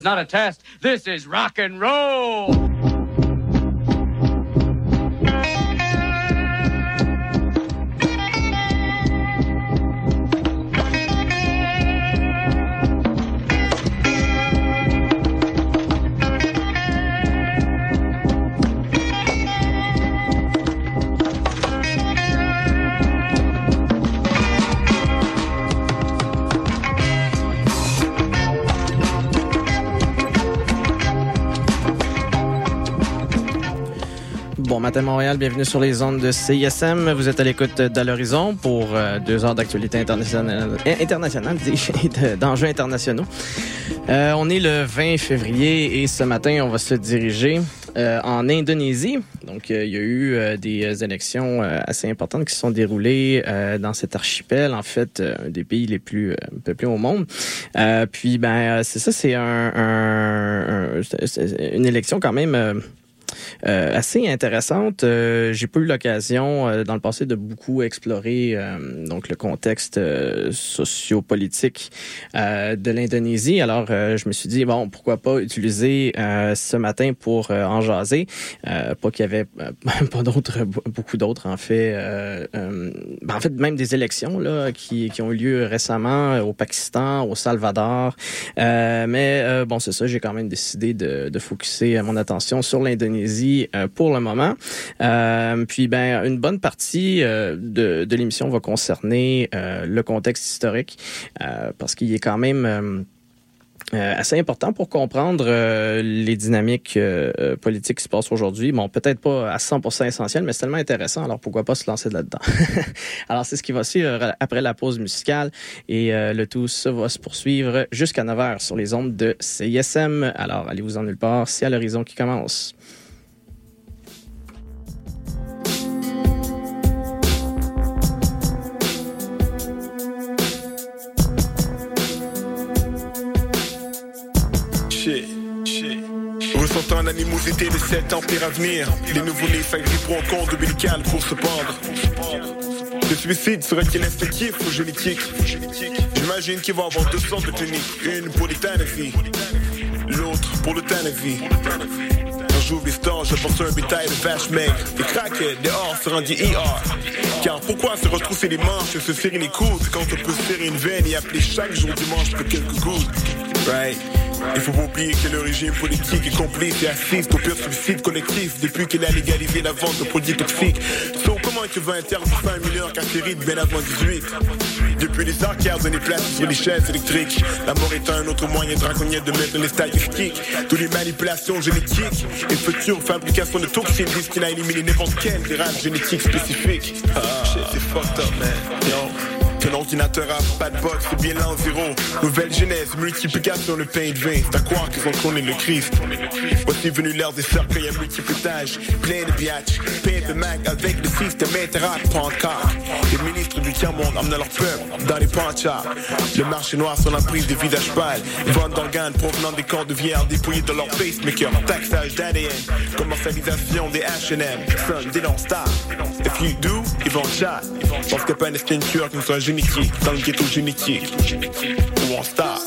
not a test. This is rock and roll. Bon matin Montréal, bienvenue sur les ondes de CISM. Vous êtes à l'écoute d'À l'horizon pour 2 heures d'actualité internationale d'enjeux internationaux. On est le 20 février et ce matin, on va se diriger en Indonésie. Donc, il y a eu des élections assez importantes qui se sont déroulées dans cet archipel, en fait, un des pays les plus peuplés au monde. Puis, c'est ça, c'est c'est une élection quand même assez intéressante. J'ai pas eu l'occasion dans le passé de beaucoup explorer donc le contexte sociopolitique de l'Indonésie. Alors je me suis dit bon, pourquoi pas utiliser ce matin pour en jaser. Pas qu'il y avait pas beaucoup d'autres en fait. En fait même des élections là qui ont eu lieu récemment au Pakistan, au Salvador. Mais bon, c'est ça, j'ai quand même décidé de focusser mon attention sur l'Indonésie pour le moment. Puis une bonne partie de l'émission va concerner le contexte historique parce qu'il est quand même assez important pour comprendre les dynamiques politiques qui se passent aujourd'hui. Bon, peut-être pas à 100% essentiel, mais c'est tellement intéressant, alors pourquoi pas se lancer là-dedans. Alors, c'est ce qui va suivre après la pause musicale et le tout, ça va se poursuivre jusqu'à 9h sur les ondes de CISM. Alors, allez-vous en nulle part, c'est À l'horizon qui commence. Ressentant l'animosité de cet empire à venir, les nouveau-nés s'agripperont en compte ombilical pour se pendre. Le suicide serait-il instinctif ou génétique? J'imagine qu'il va y avoir 2 sortes de cliniques, une pour l'euthanasie, l'autre pour l'euthanasie. Quand j'ouvre les stores, je pense à un bétail de vaches maigres. Les craquettes dehors se rendent IR. Car pourquoi se retrousser les manches et se serrer les coudes quand on peut serrer une veine et appeler chaque jour dimanche pour quelques gouttes? Right? Il faut pas oublier que le régime politique est complice et assiste au pire suicide collectif depuis qu'il a légalisé la vente de produits toxiques. So, comment tu vas interdire un mineur carcérite bien avant 18? Depuis les arcades, on est placé sur les chaises électriques. La mort est un autre moyen draconien de mettre les statistiques. Toutes les manipulations génétiques et futures fabrications de toxines destinées à éliminer n'importe quelle dérapage génétique spécifique. Shit, c'est fucked up, man. Yo. Qu'un ordinateur a pas de box, c'est bien l'an zéro. Nouvelle genèse, multiplication, le pain de vin. C'est à croire qu'ils ont tourné le Christ. Voici venu l'heure des cercueils à multiples étages. Plein de biatch, pain de Mac avec le système interact, pas encore. Les ministres du tiers-monde emmenent leur peuple dans les panchards. Le marché noir sur l'emprise des visages pâles. Vente d'organes provenant des corps de vierges dépouillés de leur pacemaker. Taxage d'ADN, commercialisation des H&M. Son, des non-stars. If you do, ils vont chat. Parce que pas une cure qui ne soit génétique, dans le ghetto génétique. Où on start.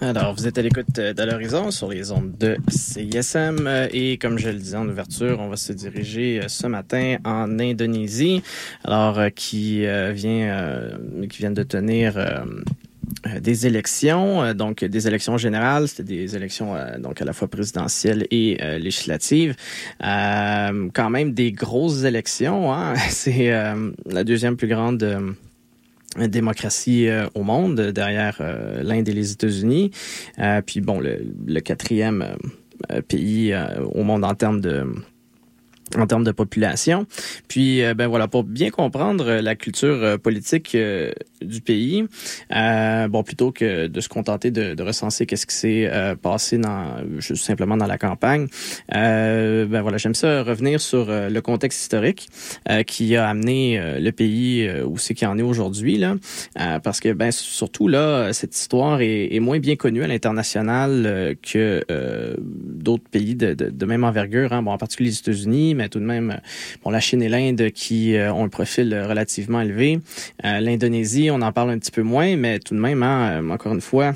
Alors, vous êtes à l'écoute d'À l'horizon sur les ondes de CISM et comme je le disais en ouverture, on va se diriger ce matin en Indonésie, alors qui viennent de tenir des élections, donc des élections générales, c'était des élections donc à la fois présidentielles et législatives. Quand même des grosses élections, hein? C'est la deuxième plus grande démocratie au monde, derrière l'Inde et les États-Unis. Puis bon, le quatrième pays au monde en termes de population. Puis, voilà, pour bien comprendre la culture politique du pays, plutôt que de se contenter de recenser qu'est-ce qui s'est passé juste simplement dans la campagne, j'aime ça revenir sur le contexte historique qui a amené le pays où c'est qu'il en est aujourd'hui, là, parce que, surtout, là, cette histoire est moins bien connue à l'international que d'autres pays de même envergure, hein. Bon, en particulier les États-Unis, mais tout de même, la Chine et l'Inde qui ont un profil relativement élevé. L'Indonésie, on en parle un petit peu moins, mais tout de même, hein, encore une fois,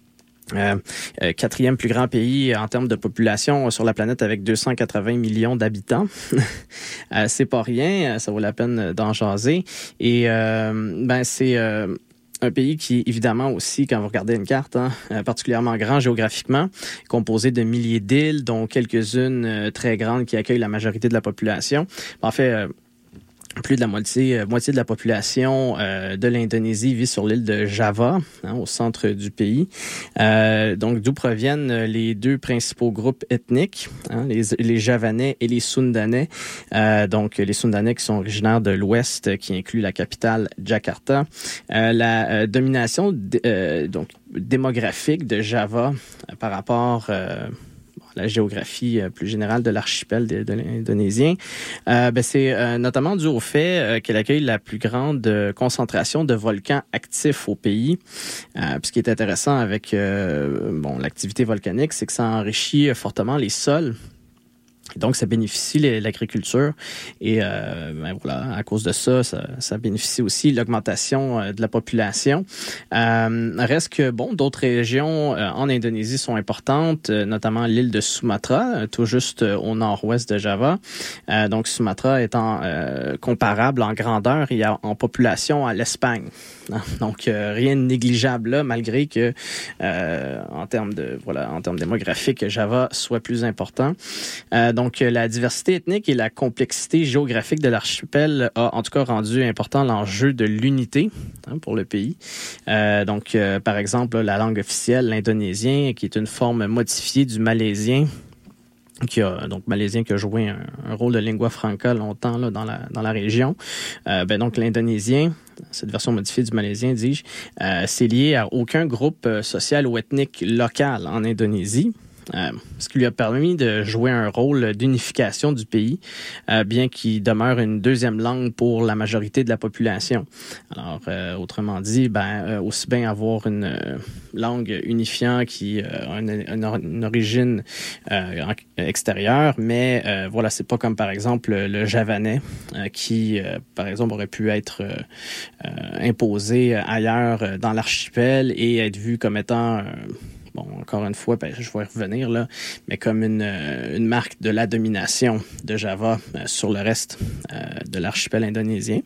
quatrième plus grand pays en termes de population sur la planète avec 280 millions d'habitants. C'est pas rien, ça vaut la peine d'en jaser. Et c'est un pays qui, évidemment aussi, quand vous regardez une carte, hein, particulièrement grand géographiquement, composé de milliers d'îles, dont quelques-unes très grandes qui accueillent la majorité de la population. En fait, plus de la moitié de la population de l'Indonésie vit sur l'île de Java, hein, au centre du pays. Donc, d'où proviennent les deux principaux groupes ethniques, hein, les Javanais et les Sundanais. Donc, les Sundanais qui sont originaires de l'Ouest, qui inclut la capitale Jakarta. La domination donc démographique de Java par rapport la géographie plus générale de l'archipel de l'Indonésien, c'est notamment dû au fait qu'elle accueille la plus grande concentration de volcans actifs au pays. Puis ce qui est intéressant avec l'activité volcanique, c'est que ça enrichit fortement les sols. Donc, ça bénéficie l'agriculture et à cause de ça bénéficie aussi l'augmentation de la population. Reste que, d'autres régions en Indonésie sont importantes, notamment l'île de Sumatra, tout juste au nord-ouest de Java. Donc, Sumatra étant comparable en grandeur et en population à l'Espagne. Donc, rien de négligeable là, malgré que en termes démographiques, Java soit plus important. Donc, la diversité ethnique et la complexité géographique de l'archipel a en tout cas rendu important l'enjeu de l'unité, hein, pour le pays. Par exemple, la langue officielle, l'indonésien, qui est une forme modifiée du malaisien, malaisien qui a joué un rôle de lingua franca longtemps là, dans la région. Donc, l'indonésien, cette version modifiée du malaisien, dis-je, c'est lié à aucun groupe social ou ethnique local en Indonésie. Ce qui lui a permis de jouer un rôle d'unification du pays, bien qu'il demeure une deuxième langue pour la majorité de la population. Alors, autrement dit, aussi bien avoir une langue unifiante qui a une origine extérieure, mais c'est pas comme par exemple le javanais qui, par exemple, aurait pu être imposé ailleurs dans l'archipel et être vu comme étant encore une fois, je vais y revenir là, mais comme une marque de la domination de Java sur le reste de l'archipel indonésien.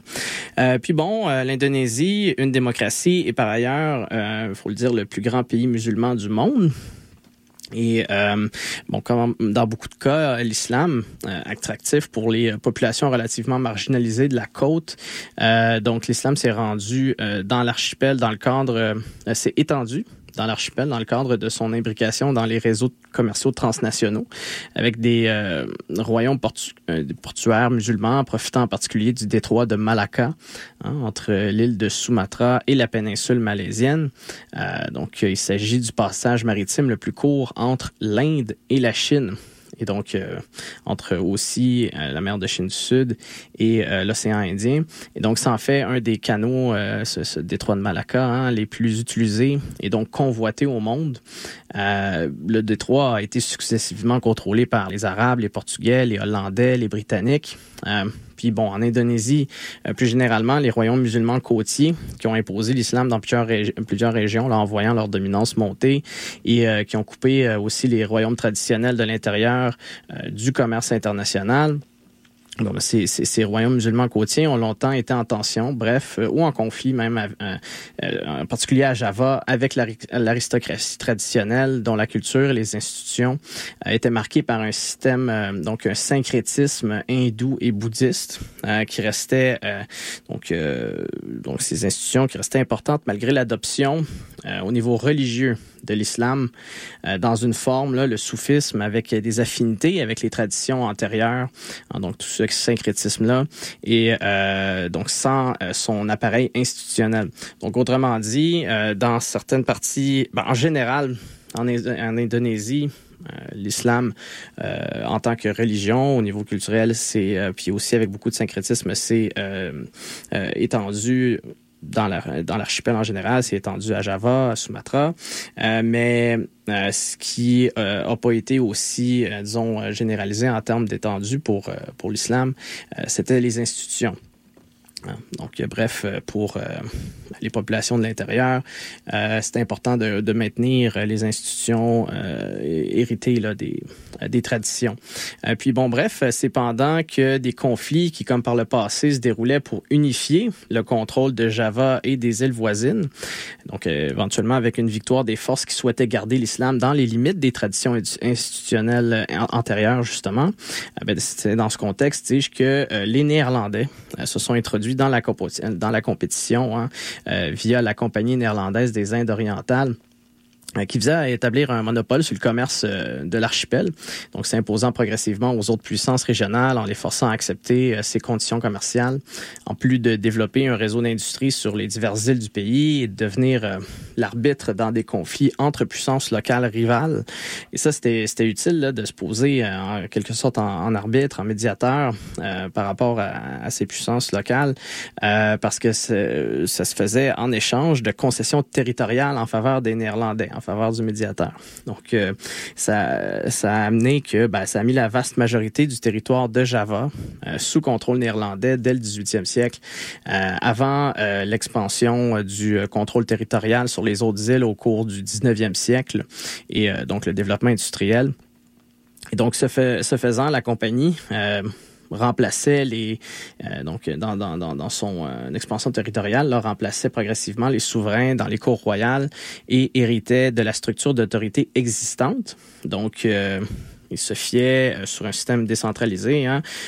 L'Indonésie, une démocratie, et par ailleurs, faut le dire, le plus grand pays musulman du monde. Et comme dans beaucoup de cas, l'islam attractif pour les populations relativement marginalisées de la côte. Donc l'islam s'est rendu dans l'archipel dans le cadre, s'est étendu dans l'archipel dans le cadre de son imbrication dans les réseaux commerciaux transnationaux avec des royaumes portuaires musulmans profitant en particulier du détroit de Malacca, hein, entre l'île de Sumatra et la péninsule malaisienne. Donc, il s'agit du passage maritime le plus court entre l'Inde et la Chine. Et donc, entre aussi la mer de Chine du Sud et l'océan Indien. Et donc, ça en fait un des canaux, ce détroit de Malacca, hein, les plus utilisés et donc convoités au monde. Le détroit a été successivement contrôlé par les Arabes, les Portugais, les Hollandais, les Britanniques. Puis bon, en Indonésie, plus généralement, les royaumes musulmans côtiers qui ont imposé l'islam dans plusieurs régions, là, en voyant leur dominance monter et qui ont coupé aussi les royaumes traditionnels de l'intérieur du commerce international. Bon, ces royaumes musulmans côtiers ont longtemps été en tension, ou en conflit même, en particulier à Java, avec l'aristocratie traditionnelle, dont la culture et les institutions étaient marquées par un système, donc un syncrétisme hindou et bouddhiste, qui restait, donc ces institutions qui restaient importantes malgré l'adoption au niveau religieux de l'islam dans une forme, là, le soufisme, avec des affinités avec les traditions antérieures, donc tout ce syncrétisme-là, et donc sans son appareil institutionnel. Donc, autrement dit, dans certaines parties, en général, en Indonésie, l'islam en tant que religion au niveau culturel, c'est puis aussi avec beaucoup de syncrétisme, c'est étendu dans l'archipel en général, c'est étendu à Java, à Sumatra, mais ce qui a pas été aussi, généralisé en termes d'étendue pour l'islam, c'était les institutions. Donc, bref, pour les populations de l'intérieur, c'est important de maintenir les institutions héritées là, des traditions. Puis bon, bref, c'est pendant que des conflits qui, comme par le passé, se déroulaient pour unifier le contrôle de Java et des îles voisines, donc éventuellement avec une victoire des forces qui souhaitaient garder l'islam dans les limites des traditions institutionnelles antérieures, justement. C'est dans ce contexte que les Néerlandais se sont introduits dans la compétition via la Compagnie néerlandaise des Indes orientales, qui visait établir un monopole sur le commerce de l'archipel, donc s'imposant progressivement aux autres puissances régionales en les forçant à accepter ces conditions commerciales, en plus de développer un réseau d'industrie sur les diverses îles du pays et de devenir l'arbitre dans des conflits entre puissances locales rivales. Et ça, c'était utile là, de se poser en quelque sorte en arbitre, en médiateur par rapport à ces puissances locales, parce que ça se faisait en échange de concessions territoriales en faveur des Néerlandais, en faveur du médiateur. Donc, ça a amené que, ça a mis la vaste majorité du territoire de Java sous contrôle néerlandais dès le 18e siècle, avant l'expansion du contrôle territorial sur les autres îles au cours du 19e siècle et donc le développement industriel. Et donc, ce faisant, la compagnie remplaçait donc dans son expansion territoriale, là, remplaçait progressivement les souverains dans les cours royales et héritait de la structure d'autorité existante. Donc, il se fiait sur un système décentralisé,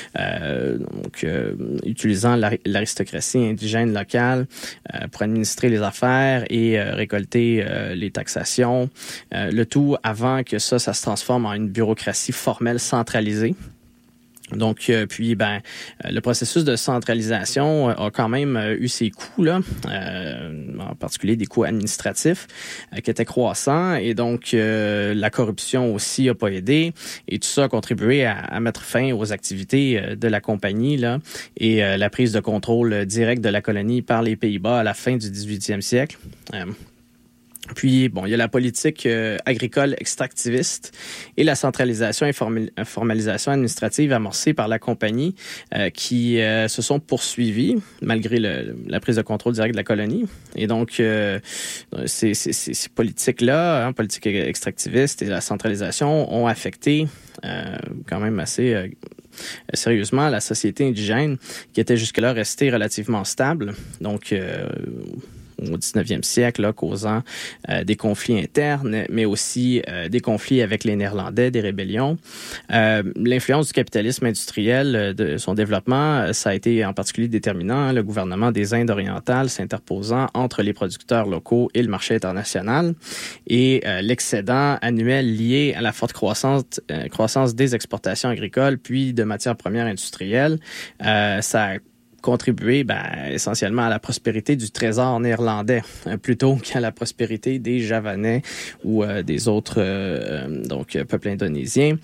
utilisant l'aristocratie indigène locale pour administrer les affaires et récolter les taxations. Le tout avant que ça se transforme en une bureaucratie formelle centralisée. Donc, le processus de centralisation a quand même eu ses coûts, là, en particulier des coûts administratifs qui étaient croissants. Et donc, la corruption aussi a pas aidé. Et tout ça a contribué à mettre fin aux activités de la compagnie, là, et la prise de contrôle direct de la colonie par les Pays-Bas à la fin du 18e siècle. Puis, il y a la politique agricole extractiviste et la centralisation et formalisation administrative amorcée par la compagnie qui se sont poursuivies malgré la prise de contrôle direct de la colonie. Et donc, ces politiques-là, politiques extractivistes et la centralisation ont affecté quand même assez sérieusement la société indigène qui était jusque-là restée relativement stable. Donc, au 19e siècle, là, causant des conflits internes, mais aussi des conflits avec les Néerlandais, des rébellions. L'influence du capitalisme industriel, de son développement, ça a été en particulier déterminant. Le gouvernement des Indes orientales s'interposant entre les producteurs locaux et le marché international. Et l'excédent annuel lié à la forte croissance des exportations agricoles, puis de matières premières industrielles, ça a contribuer essentiellement à la prospérité du trésor néerlandais plutôt qu'à la prospérité des Javanais ou des autres peuples indonésiens.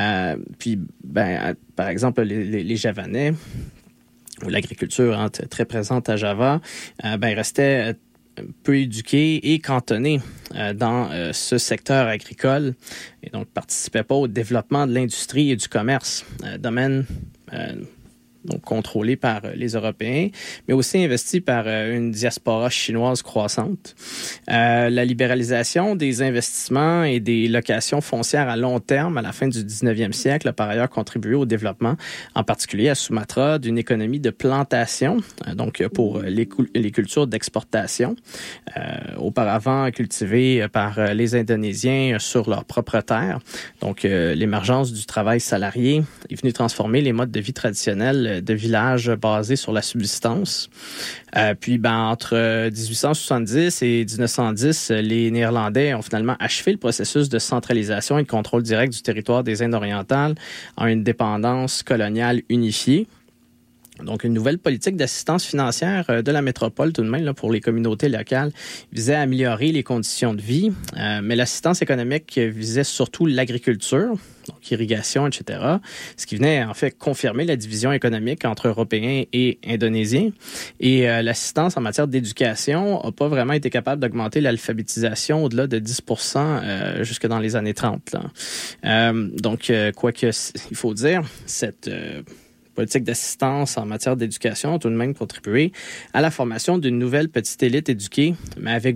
Par exemple, les Javanais, où l'agriculture très présente à Java, restaient peu éduqués et cantonnés dans ce secteur agricole et donc participaient pas au développement de l'industrie et du commerce, domaine donc contrôlé par les Européens, mais aussi investi par une diaspora chinoise croissante. La libéralisation des investissements et des locations foncières à long terme à la fin du 19e siècle a par ailleurs contribué au développement, en particulier à Sumatra, d'une économie de plantation, donc pour les cultures d'exportation, auparavant cultivées par les Indonésiens sur leur propre terre. Donc l'émergence du travail salarié est venue transformer les modes de vie traditionnels de villages basés sur la subsistance. Puis, entre 1870 et 1910, les Néerlandais ont finalement achevé le processus de centralisation et de contrôle direct du territoire des Indes orientales en une dépendance coloniale unifiée. Donc, une nouvelle politique d'assistance financière de la métropole, tout de même, là, pour les communautés locales, visait à améliorer les conditions de vie, mais l'assistance économique visait surtout l'agriculture, donc irrigation, etc., ce qui venait en fait confirmer la division économique entre Européens et Indonésiens. Et l'assistance en matière d'éducation n'a pas vraiment été capable d'augmenter l'alphabétisation au-delà de 10% jusque dans les années 30. Donc, quoique, il faut dire, cette politique d'assistance en matière d'éducation a tout de même contribué à la formation d'une nouvelle petite élite éduquée, mais avec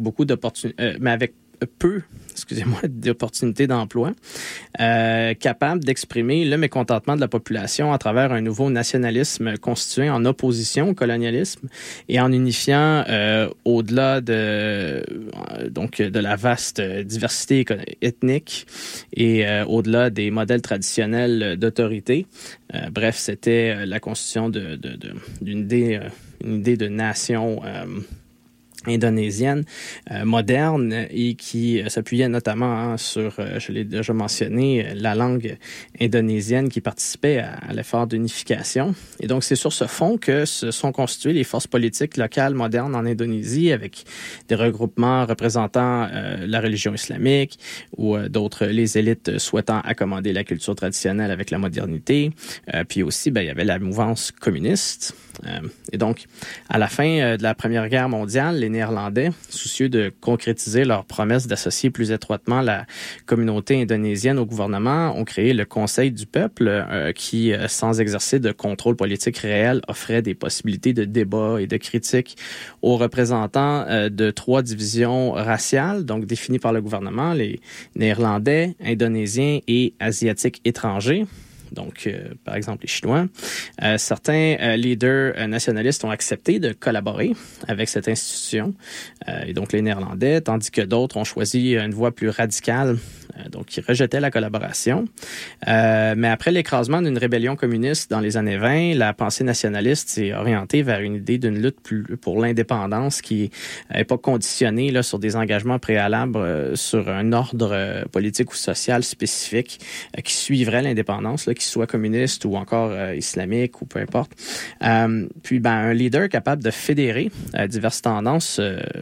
peu d'opportunités d'emploi, capable d'exprimer le mécontentement de la population à travers un nouveau nationalisme constitué en opposition au colonialisme et en unifiant au-delà de la vaste diversité ethnique et au-delà des modèles traditionnels d'autorité. Bref, c'était la constitution d'une idée de nation indonésienne moderne et qui s'appuyait notamment sur, je l'ai déjà mentionné, la langue indonésienne qui participait à l'effort d'unification. Et donc, c'est sur ce fond que se sont constituées les forces politiques locales modernes en Indonésie avec des regroupements représentant la religion islamique ou d'autres, les élites souhaitant accommoder la culture traditionnelle avec la modernité. Puis aussi, il y avait la mouvance communiste. Et donc, à la fin de la Première Guerre mondiale, les Néerlandais, soucieux de concrétiser leur promesse d'associer plus étroitement la communauté indonésienne au gouvernement, ont créé le Conseil du peuple qui, sans exercer de contrôle politique réel, offrait des possibilités de débat et de critique aux représentants de 3 divisions raciales, donc définies par le gouvernement, les Néerlandais, Indonésiens et Asiatiques étrangers. Donc, par exemple, les Chinois. Certains leaders nationalistes ont accepté de collaborer avec cette institution, et donc les Néerlandais, tandis que d'autres ont choisi une voie plus radicale, donc qui rejetait la collaboration. Mais après l'écrasement d'une rébellion communiste dans les années 20, la pensée nationaliste s'est orientée vers une idée d'une lutte pour l'indépendance qui n'est pas conditionnée là, sur des engagements préalables sur un ordre politique ou social spécifique qui suivrait l'indépendance, là, qui soit communiste ou encore islamique ou peu importe. Puis, un leader capable de fédérer diverses tendances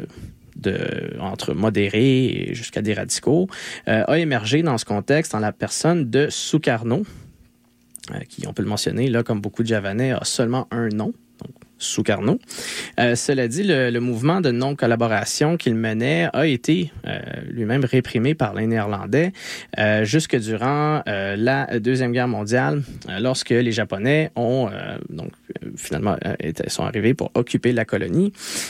entre modérés jusqu'à des radicaux, a émergé dans ce contexte en la personne de Sukarno, qui, on peut le mentionner, là, comme beaucoup de Javanais, a seulement un nom, donc Sukarno. Cela dit, le mouvement de non-collaboration qu'il menait a été lui-même réprimé par les Néerlandais jusque durant la Deuxième Guerre mondiale, lorsque les Japonais ont finalement sont arrivés pour occuper la colonie.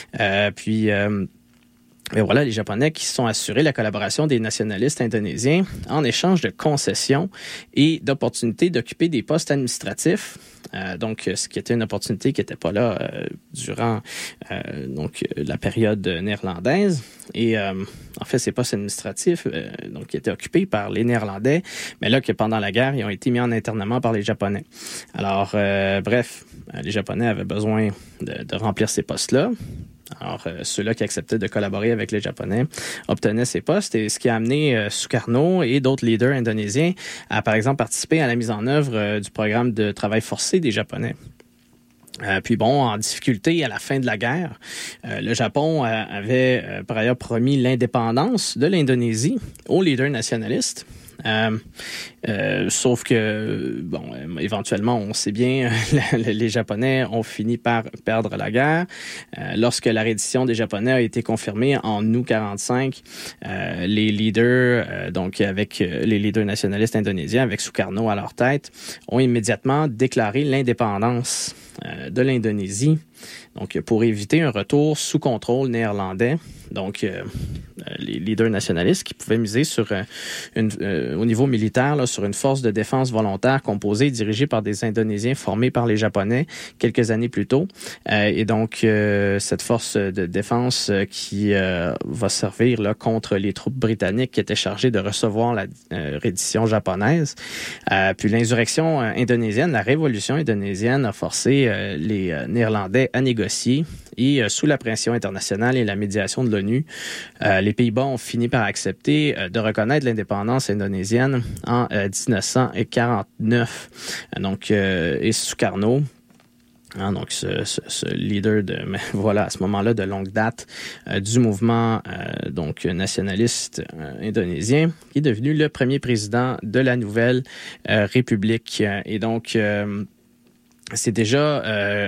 Et voilà, les Japonais qui se sont assurés la collaboration des nationalistes indonésiens en échange de concessions et d'opportunités d'occuper des postes administratifs. Donc, ce qui était une opportunité qui n'était pas là durant la période néerlandaise. Et en fait, ces postes administratifs qui étaient occupés par les Néerlandais, mais là que pendant la guerre, ils ont été mis en internement par les Japonais. Alors, bref, les Japonais avaient besoin de remplir ces postes-là. Alors, ceux-là qui acceptaient de collaborer avec les Japonais obtenaient ces postes, et ce qui a amené Sukarno et d'autres leaders indonésiens à, par exemple, participer à la mise en œuvre du programme de travail forcé des Japonais. En difficulté à la fin de la guerre, le Japon avait par ailleurs promis l'indépendance de l'Indonésie aux leaders nationalistes. Sauf que, bon, éventuellement, on sait bien, les Japonais ont fini par perdre la guerre. Lorsque la reddition des Japonais a été confirmée en août 45, les leaders, donc avec les leaders nationalistes indonésiens, avec Sukarno à leur tête, ont immédiatement déclaré l'indépendance de l'Indonésie. Donc, pour éviter un retour sous contrôle néerlandais, donc les leaders nationalistes qui pouvaient miser sur au niveau militaire là, sur une force de défense volontaire composée et dirigée par des Indonésiens formés par les Japonais quelques années plus tôt. Et donc, cette force de défense qui va servir là, contre les troupes britanniques qui étaient chargées de recevoir la reddition japonaise. Puis l'insurrection indonésienne, la révolution indonésienne a forcé les Néerlandais à négocier et sous la pression internationale et la médiation de l'ONU, les Pays-Bas ont fini par accepter de reconnaître l'indépendance indonésienne en 1949. Donc, et Sukarno, donc ce leader à ce moment-là de longue date du mouvement donc nationaliste indonésien, qui est devenu le premier président de la nouvelle République. Et donc c'est déjà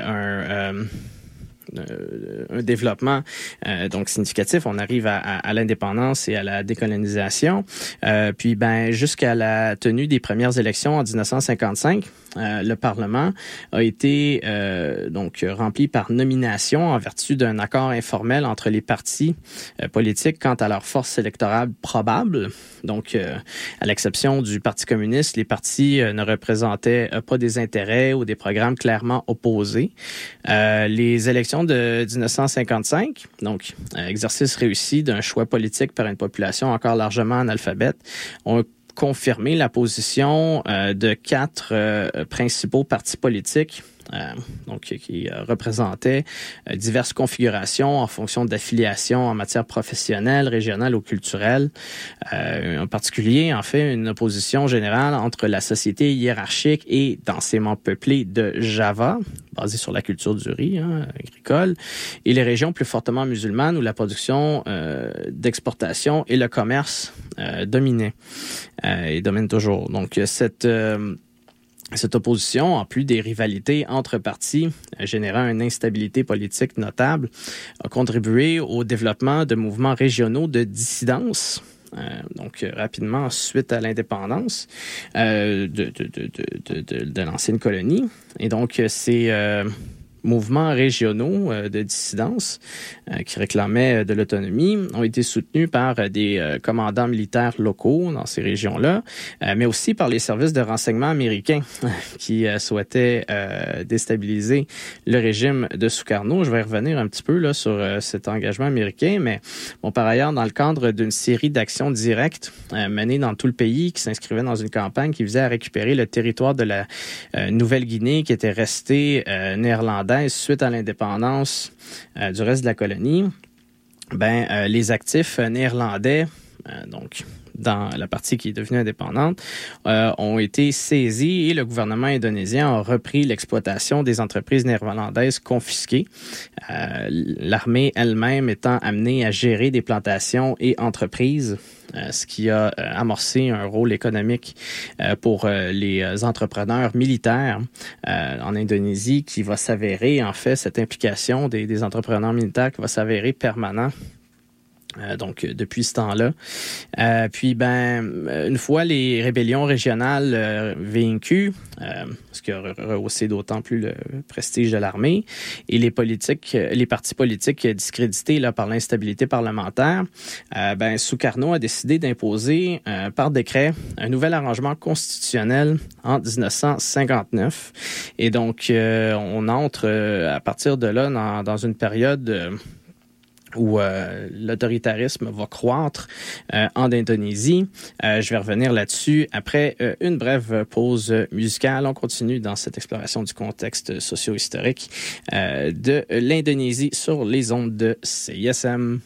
un développement donc significatif. On arrive à l'indépendance et à la décolonisation. Puis jusqu'à la tenue des premières élections en 1955, le Parlement a été donc rempli par nomination en vertu d'un accord informel entre les partis politiques quant à leur force électorale probable. Donc, à l'exception du Parti communiste, les partis ne représentaient pas des intérêts ou des programmes clairement opposés. Les élections de 1955, donc exercice réussi d'un choix politique par une population encore largement analphabète, ont confirmé la position de 4 principaux partis politiques donc qui représentaient diverses configurations en fonction d'affiliation en matière professionnelle, régionale ou culturelle. En particulier, en fait, une opposition générale entre la société hiérarchique et densément peuplée de Java, basée sur la culture du riz agricole, et les régions plus fortement musulmanes où la production d'exportation et le commerce dominaient et dominent toujours. Donc, cette opposition, en plus des rivalités entre partis, générant une instabilité politique notable, a contribué au développement de mouvements régionaux de dissidence. Donc, rapidement, suite à l'indépendance de l'ancienne colonie. Et donc, ces mouvements régionaux de dissidence qui réclamaient de l'autonomie ont été soutenus par des commandants militaires locaux dans ces régions-là, mais aussi par les services de renseignement américains qui souhaitaient déstabiliser le régime de Sukarno. Je vais revenir un petit peu là sur cet engagement américain, mais bon, par ailleurs, dans le cadre d'une série d'actions directes menées dans tout le pays qui s'inscrivaient dans une campagne qui visait à récupérer le territoire de la Nouvelle-Guinée qui était resté néerlandais suite à l'indépendance du reste de la colonie, les actifs néerlandais, donc dans la partie qui est devenue indépendante, ont été saisis et le gouvernement indonésien a repris l'exploitation des entreprises néerlandaises confisquées. L'armée elle-même étant amenée à gérer des plantations et entreprises, ce qui a amorcé un rôle économique pour les entrepreneurs militaires en Indonésie qui va s'avérer, en fait, cette implication des entrepreneurs militaires qui va s'avérer permanent. Donc, depuis ce temps-là. Puis, une fois les rébellions régionales vaincues, ce qui a rehaussé d'autant plus le prestige de l'armée, et les partis politiques discrédités là, par l'instabilité parlementaire, Sukarno a décidé d'imposer par décret un nouvel arrangement constitutionnel en 1959. Et donc, on entre à partir de là dans une période où l'autoritarisme va croître en Indonésie. Je vais revenir là-dessus après une brève pause musicale. On continue dans cette exploration du contexte socio-historique de l'Indonésie sur les ondes de CISM.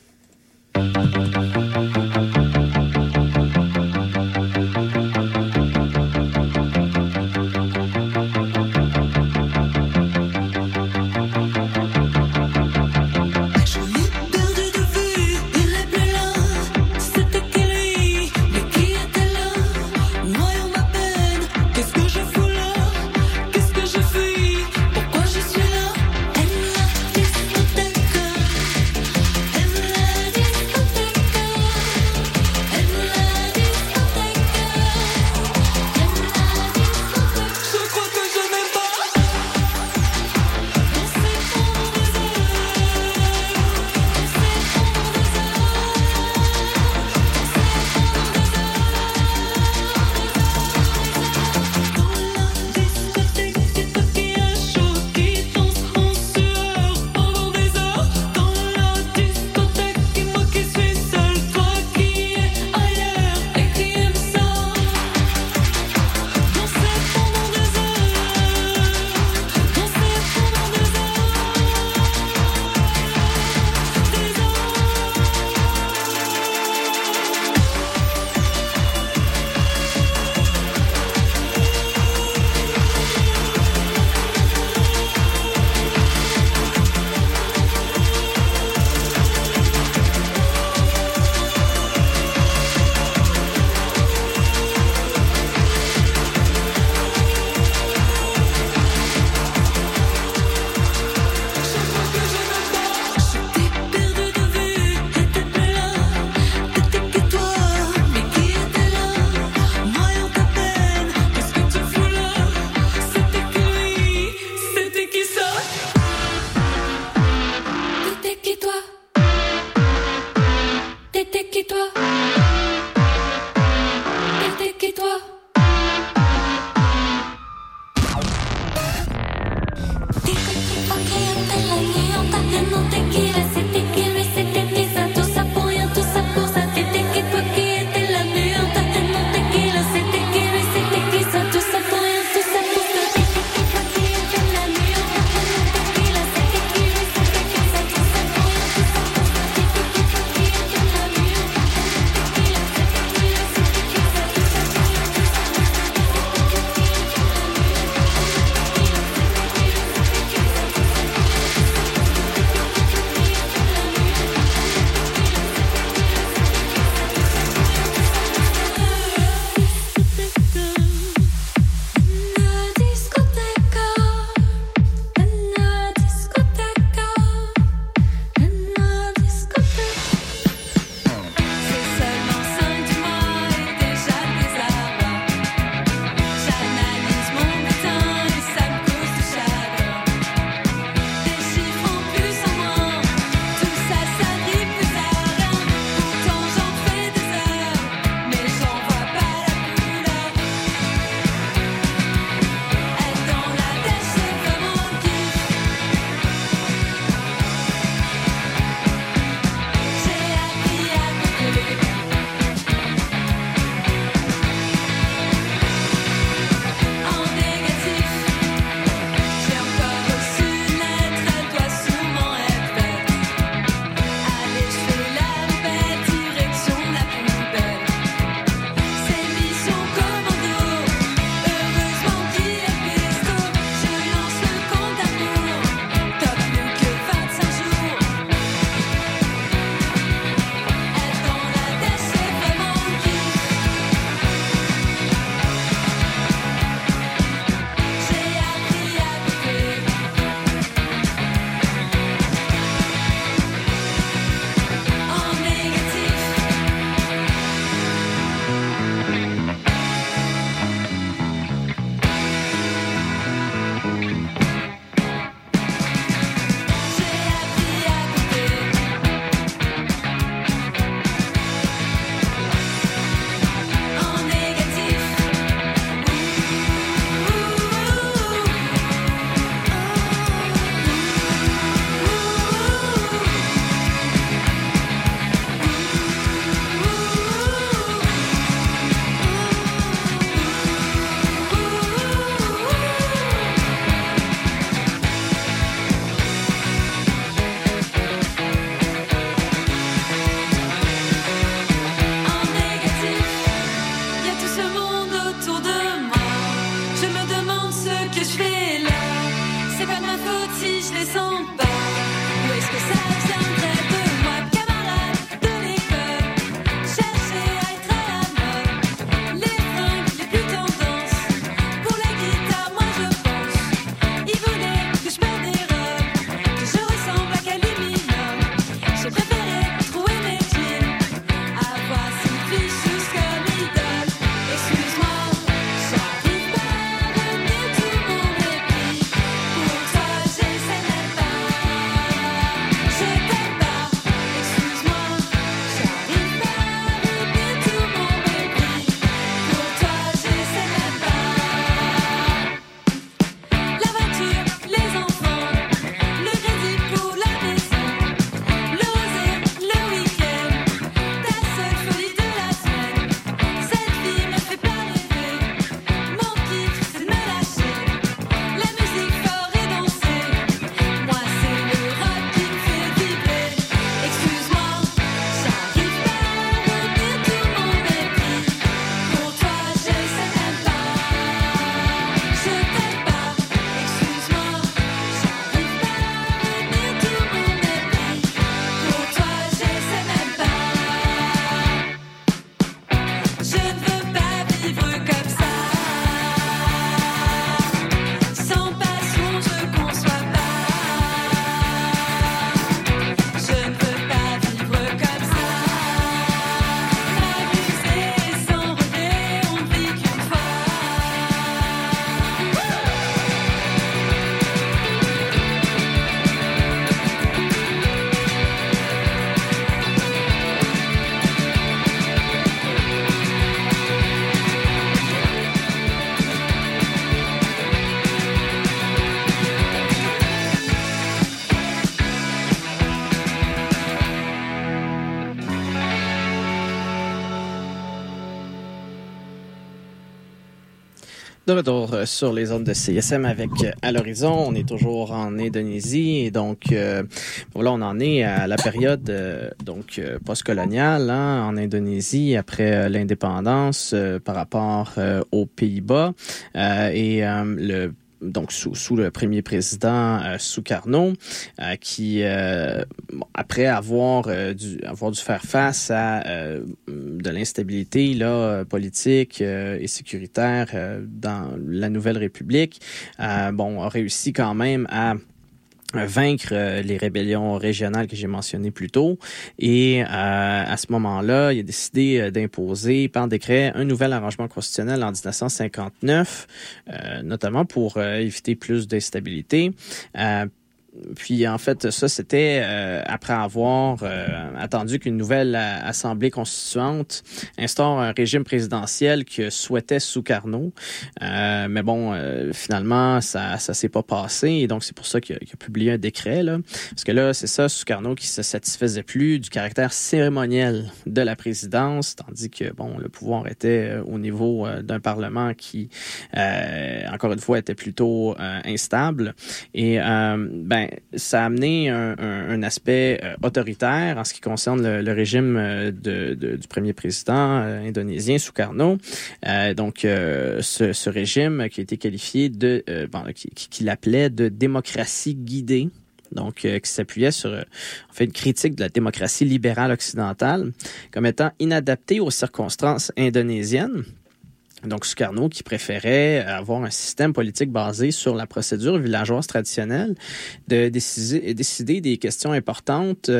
vais là. C'est pas de ma faute si je les sens pas. Où est-ce que ça viendrait de moi, camarade de l'école? Chercher à être à la mode, les fringues les plus tendances. Pour la guitare, moi je pense, ils voulaient que je perde des robes, que je ressemble à Calimino. J'ai préféré trouver mes jeans, avoir cette fille juste comme idole. Excuse-moi, j'arrive pas à retenir tout mon mépris. Pour toi, j'essaie même pas. Je t'aime pas. Excuse-moi, j'arrive pas à retenir tout mon mépris. Pour toi, j'essaie même pas. La voiture, les enfants, le crédit pour la maison, le rosé, le week-end, ta seule folie de la semaine. Cette vie me fait pas rêver. Mon kiff, c'est de me lâcher. La musique fort et danser. Moi, c'est le rock qui me fait vibrer. Excuse-moi, j'arrive pas à retenir tout mon mépris. Pour toi, j'essaie même pas. Je t'aime pas. Excuse-moi, j'arrive pas à retenir tout mon mépris. Pour toi, j'essaie même pas. Je ne veux pas vivre comme ça. Sans passion, je conçois pas. Je ne veux pas vivre comme ça. M'amuser sans regret, on ne vit qu'une fois. De retour sur les ondes de CISM avec À l'horizon. On est toujours en Indonésie et donc voilà, on en est à la période postcoloniale en Indonésie après l'indépendance par rapport aux Pays-Bas donc sous le premier président Sukarno, qui après avoir dû faire face à de l'instabilité politique et sécuritaire dans la Nouvelle République, a réussi quand même à vaincre les rébellions régionales que j'ai mentionnées plus tôt. Et à ce moment-là, il a décidé d'imposer par décret un nouvel arrangement constitutionnel en 1959, notamment pour éviter plus d'instabilité. Puis en fait, ça c'était après avoir attendu qu'une nouvelle assemblée constituante instaure un régime présidentiel que souhaitait Sukarno. Mais bon, finalement, ça s'est pas passé et donc c'est pour ça qu'il a publié un décret là, parce que là c'est ça, Sukarno qui se satisfaisait plus du caractère cérémoniel de la présidence, tandis que le pouvoir était au niveau d'un parlement qui, encore une fois, était plutôt instable et ça a amené un aspect autoritaire en ce qui concerne le régime du premier président indonésien Sukarno. Donc, ce régime qui a été qualifié qu'il appelait de démocratie guidée. Donc, qui s'appuyait sur une critique de la démocratie libérale occidentale comme étant inadaptée aux circonstances indonésiennes. Donc, Sukarno qui préférait avoir un système politique basé sur la procédure villageoise traditionnelle de décider des questions importantes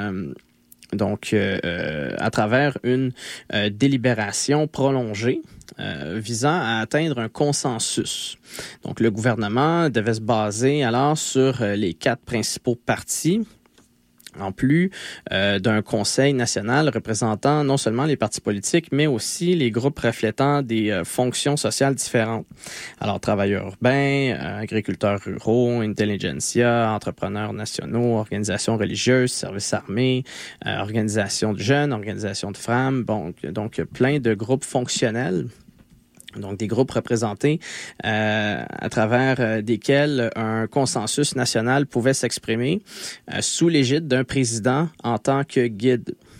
à travers une délibération prolongée visant à atteindre un consensus. Donc, le gouvernement devait se baser alors sur les 4 principaux partis, en plus d'un conseil national représentant non seulement les partis politiques, mais aussi les groupes reflétant des fonctions sociales différentes. Alors, travailleurs urbains, agriculteurs ruraux, intelligentsia, entrepreneurs nationaux, organisations religieuses, services armés, organisations de jeunes, organisations de femmes, donc plein de groupes fonctionnels. Donc, des groupes représentés à travers desquels un consensus national pouvait s'exprimer sous l'égide d'un président en tant que guide.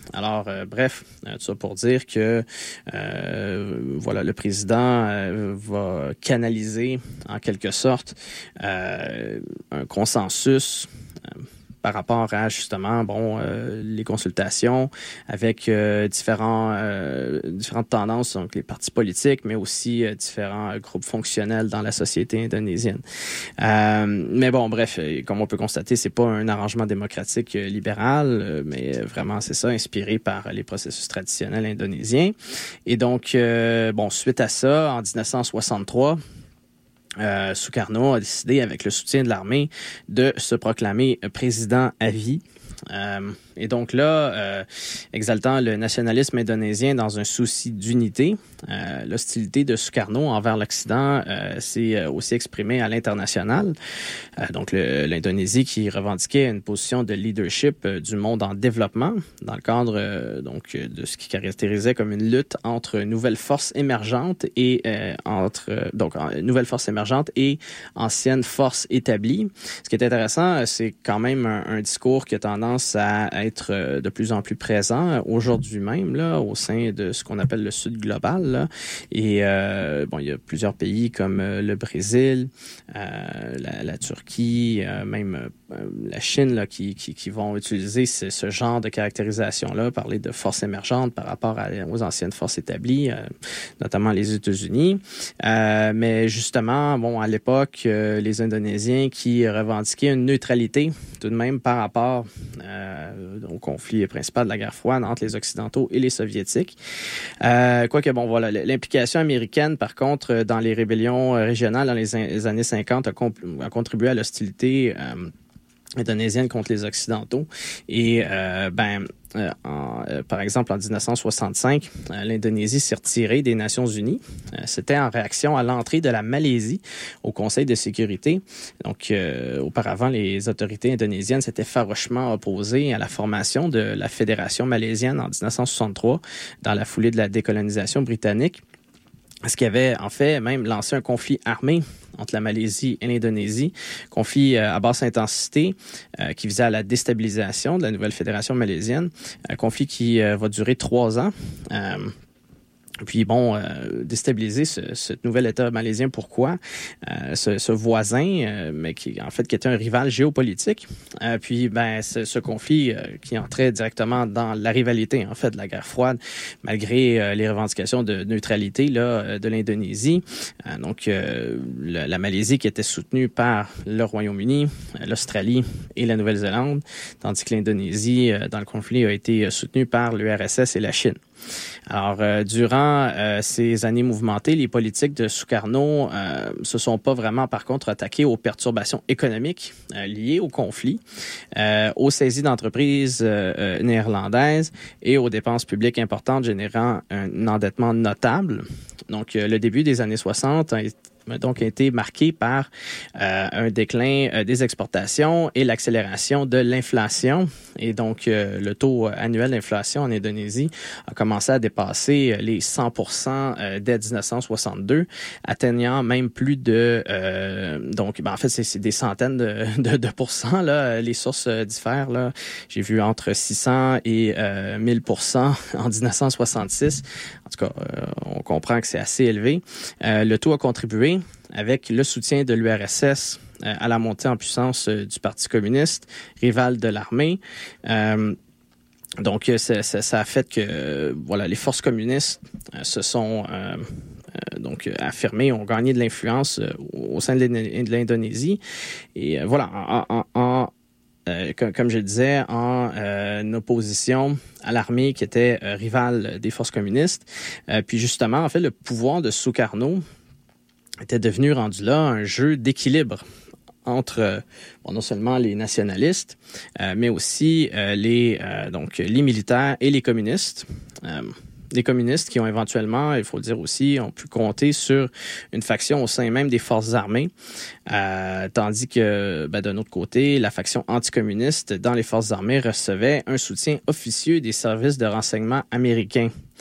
Alors, bref, tout ça pour dire que voilà, le président va canaliser en quelque sorte un consensus par rapport à justement les consultations avec différentes tendances, donc les partis politiques, mais aussi différents groupes fonctionnels dans la société indonésienne. Mais bon, bref, comme on peut constater, c'est pas un arrangement démocratique libéral, mais vraiment c'est ça, inspiré par les processus traditionnels indonésiens. Et donc, suite à ça, en 1963, Sukarno a décidé, avec le soutien de l'armée, de se proclamer président à vie. Et donc là, exaltant le nationalisme indonésien dans un souci d'unité, l'hostilité de Sukarno envers l'Occident s'est aussi exprimée à l'international. Donc l'Indonésie qui revendiquait une position de leadership du monde en développement dans le cadre de ce qui caractérisait comme une lutte entre nouvelles forces émergentes et nouvelles forces émergentes et anciennes forces établies. Ce qui est intéressant, c'est quand même un discours qui a tendance à être de plus en plus présent aujourd'hui même là, au sein de ce qu'on appelle le Sud global. Là. Et il y a plusieurs pays comme le Brésil, la Turquie, même la Chine là, qui vont utiliser ce genre de caractérisation-là, parler de forces émergentes par rapport aux anciennes forces établies, notamment les États-Unis. Mais justement, à l'époque, les Indonésiens qui revendiquaient une neutralité tout de même par rapport au conflit principal de la guerre froide entre les Occidentaux et les Soviétiques. Quoique, l'implication américaine, par contre, dans les rébellions régionales dans les années 50 a contribué à l'hostilité indonésienne contre les Occidentaux. Et par exemple, en 1965, l'Indonésie s'est retirée des Nations Unies. C'était en réaction à l'entrée de la Malaisie au Conseil de sécurité. Donc, auparavant, les autorités indonésiennes s'étaient farouchement opposées à la formation de la Fédération malaisienne en 1963, dans la foulée de la décolonisation britannique. Ce qui avait en fait même lancé un conflit armé entre la Malaisie et l'Indonésie, conflit à basse intensité qui visait à la déstabilisation de la nouvelle fédération malaisienne, un conflit qui va durer 3 ans. Puis déstabiliser ce nouvel État malaisien. Pourquoi? Ce voisin, mais qui était un rival géopolitique. Ce conflit qui entrait directement dans la rivalité, en fait, de la guerre froide, malgré les revendications de neutralité là de l'Indonésie. La Malaisie qui était soutenue par le Royaume-Uni, l'Australie et la Nouvelle-Zélande, tandis que l'Indonésie, dans le conflit, a été soutenue par l'URSS et la Chine. Alors, durant ces années mouvementées, les politiques de Sukarno se sont pas vraiment, par contre, attaquées aux perturbations économiques liées au conflit, aux saisies d'entreprises néerlandaises et aux dépenses publiques importantes générant un endettement notable. Donc, le début des années 60 a été marqué par un déclin des exportations et l'accélération de l'inflation. Et donc, le taux annuel d'inflation en Indonésie a commencé à dépasser les 100% dès 1962, atteignant même plus de... c'est des centaines de pourcents. Là. Les sources diffèrent. Là. J'ai vu entre 600 et 1000% en 1966. En tout cas, on comprend que c'est assez élevé. Le taux a contribué avec le soutien de l'URSS à la montée en puissance du Parti communiste, rival de l'armée. Donc, ça a fait que les forces communistes se sont affirmées, ont gagné de l'influence au sein de l'Indonésie. Et comme je le disais, en opposition à l'armée qui était rivale des forces communistes. Puis justement, en fait, le pouvoir de Sukarno était devenu rendu là un jeu d'équilibre entre non seulement les nationalistes, mais aussi les militaires et les communistes. Des communistes qui ont éventuellement, il faut le dire aussi, ont pu compter sur une faction au sein même des forces armées, tandis que, d'un autre côté, la faction anticommuniste dans les forces armées recevait un soutien officieux des services de renseignement américains.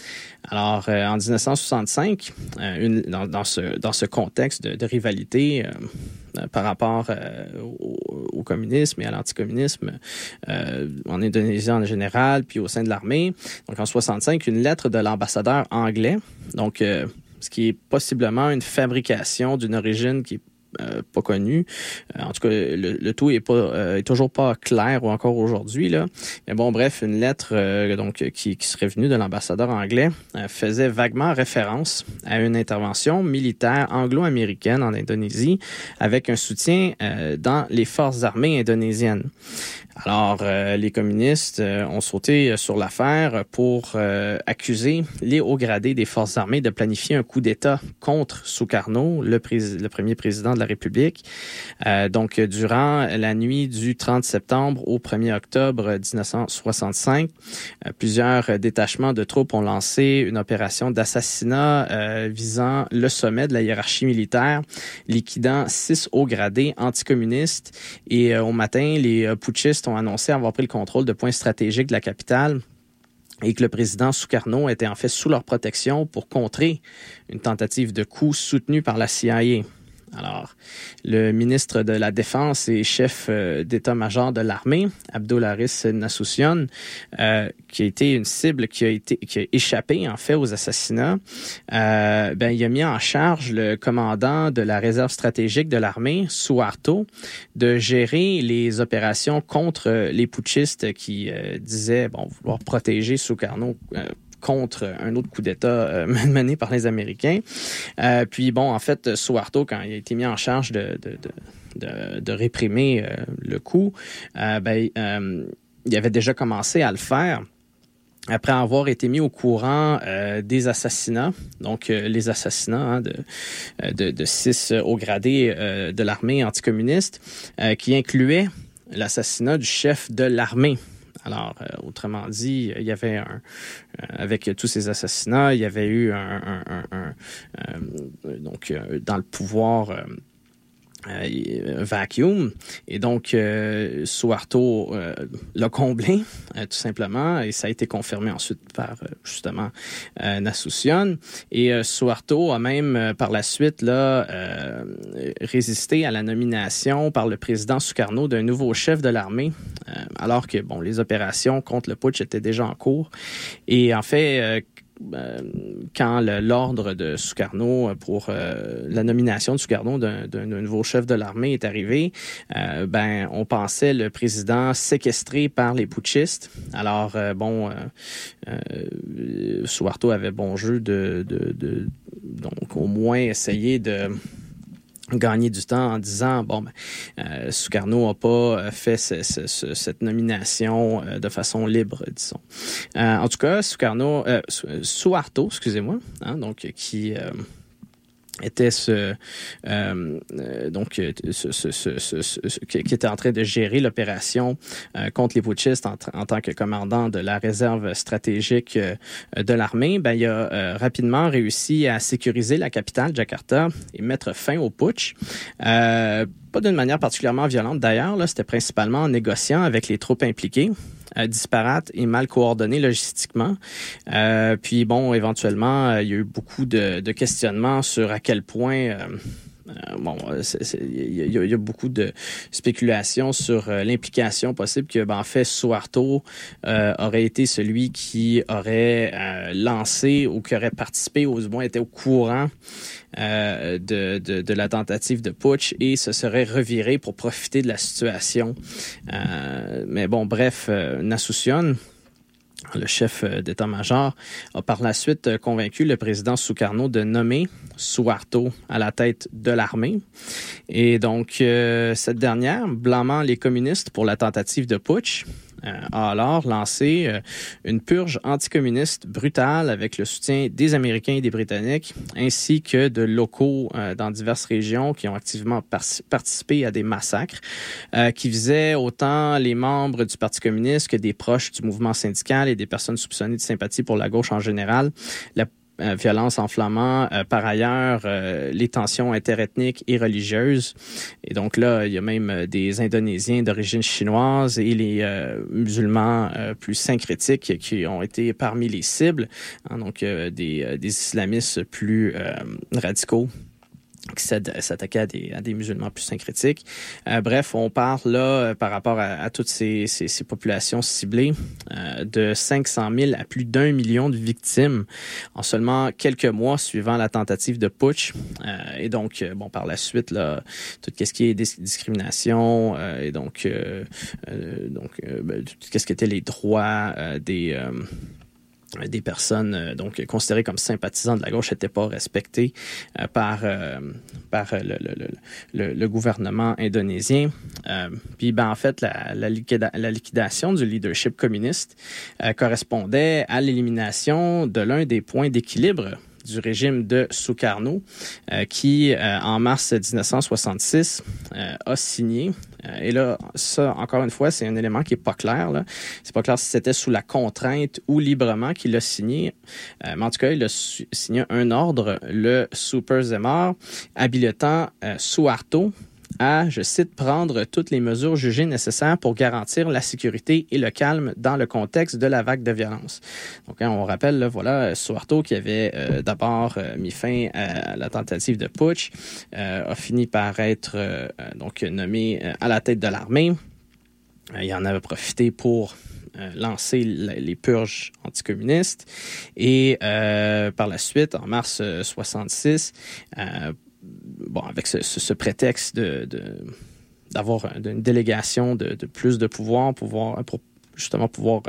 Alors, en 1965, dans ce contexte de rivalité par rapport au communisme et à l'anticommunisme en Indonésie en général, puis au sein de l'armée. Donc, en 65, une lettre de l'ambassadeur anglais, donc ce qui est possiblement une fabrication d'une origine qui est pas connu. En tout cas, le tout est toujours pas clair ou encore aujourd'hui là. Mais bon, bref, une lettre qui serait venue de l'ambassadeur anglais faisait vaguement référence à une intervention militaire anglo-américaine en Indonésie avec un soutien dans les forces armées indonésiennes. Alors, les communistes ont sauté sur l'affaire pour accuser les hauts gradés des forces armées de planifier un coup d'État contre Sukarno, le premier président de la République. Donc, durant la nuit du 30 septembre au 1er octobre 1965, plusieurs détachements de troupes ont lancé une opération d'assassinat visant le sommet de la hiérarchie militaire, liquidant 6 hauts gradés anticommunistes. Et au matin, les putschistes ont annoncé avoir pris le contrôle de points stratégiques de la capitale et que le président Sukarno était en fait sous leur protection pour contrer une tentative de coup soutenue par la CIA. Alors, le ministre de la Défense et chef d'état-major de l'armée, Abdul Haris Nasution, qui a été une cible qui a échappé en fait aux assassinats, il a mis en charge le commandant de la réserve stratégique de l'armée, Suharto, de gérer les opérations contre les putschistes qui disaient vouloir protéger Sukarno contre un autre coup d'État mené par les Américains. Puis bon, en fait, Suharto, quand il a été mis en charge de réprimer le coup, il avait déjà commencé à le faire après avoir été mis au courant des assassinats, donc les assassinats de 6 hauts gradés de l'armée anticommuniste, qui incluaient l'assassinat du chef de l'armée. Alors, autrement dit, il y avait avec tous ces assassinats, il y avait eu dans le pouvoir un vacuum. Et donc, Suharto l'a comblé, tout simplement, et ça a été confirmé ensuite par, justement, Nasution. Et Suharto a même, par la suite, résisté à la nomination par le président Sukarno d'un nouveau chef de l'armée, alors que, les opérations contre le putsch étaient déjà en cours. Et en fait, quand l'ordre de Sukarno pour la nomination de Sukarno d'un nouveau chef de l'armée est arrivé, on pensait le président séquestré par les putschistes. Alors, Suharto avait bon jeu donc au moins essayer de gagner du temps en disant Sukarno n'a pas fait cette nomination de façon libre, disons. En tout cas, Suharto, excusez-moi, qui était qui était en train de gérer l'opération contre les putschistes en tant que commandant de la réserve stratégique de l'armée, il a rapidement réussi à sécuriser la capitale, Jakarta, et mettre fin au putsch. Pas d'une manière particulièrement violente d'ailleurs, c'était principalement en négociant avec les troupes impliquées, disparates et mal coordonnées logistiquement. Puis éventuellement, il y a eu beaucoup de questionnements sur à quel point il y a beaucoup de spéculations sur l'implication possible que, en fait, Suharto aurait été celui qui aurait lancé ou qui aurait participé, ou du moins était au courant de la tentative de putsch et se serait reviré pour profiter de la situation. Mais bref, Nasution, le chef d'état-major, a par la suite convaincu le président Sukarno de nommer Suharto à la tête de l'armée. Et donc, cette dernière, blâmant les communistes pour la tentative de putsch, a alors lancé une purge anticommuniste brutale avec le soutien des Américains et des Britanniques, ainsi que de locaux dans diverses régions qui ont activement participé à des massacres qui visaient autant les membres du Parti communiste que des proches du mouvement syndical et des personnes soupçonnées de sympathie pour la gauche en général. La violence enflammant par ailleurs les tensions interethniques et religieuses. Et donc là, il y a même des Indonésiens d'origine chinoise et les musulmans plus syncrétiques qui ont été parmi les cibles, hein, donc des islamistes plus radicaux qui s'attaquaient à des musulmans plus syncrétiques. Bref, on parle là, par rapport à toutes ces populations ciblées, de 500 000 à plus d'1 million de victimes en seulement quelques mois suivant la tentative de putsch. Et donc, bon, par la suite, là, tout ce qui est discrimination et donc tout ce qui était les droits des personnes donc considérées comme sympathisants de la gauche n'étaient pas respectées par le gouvernement indonésien. Puis en fait la liquidation du leadership communiste correspondait à l'élimination de l'un des points d'équilibre du régime de Sukarno qui, en mars 1966, a signé. Et là, ça, encore une fois, c'est un élément qui est pas clair, là. C'est pas clair si c'était sous la contrainte ou librement qu'il a signé. Mais en tout cas, il a signé un ordre, le Super Zemar, habilitant Suharto à, je cite, prendre toutes les mesures jugées nécessaires pour garantir la sécurité et le calme dans le contexte de la vague de violence. Donc, hein, on rappelle, là, voilà, Suharto qui avait d'abord mis fin à la tentative de putsch, a fini par être donc nommé à la tête de l'armée. Il en avait profité pour lancer les purges anticommunistes et par la suite, en mars 66, bon, avec ce prétexte d'avoir une délégation de plus de pouvoir pour justement pouvoir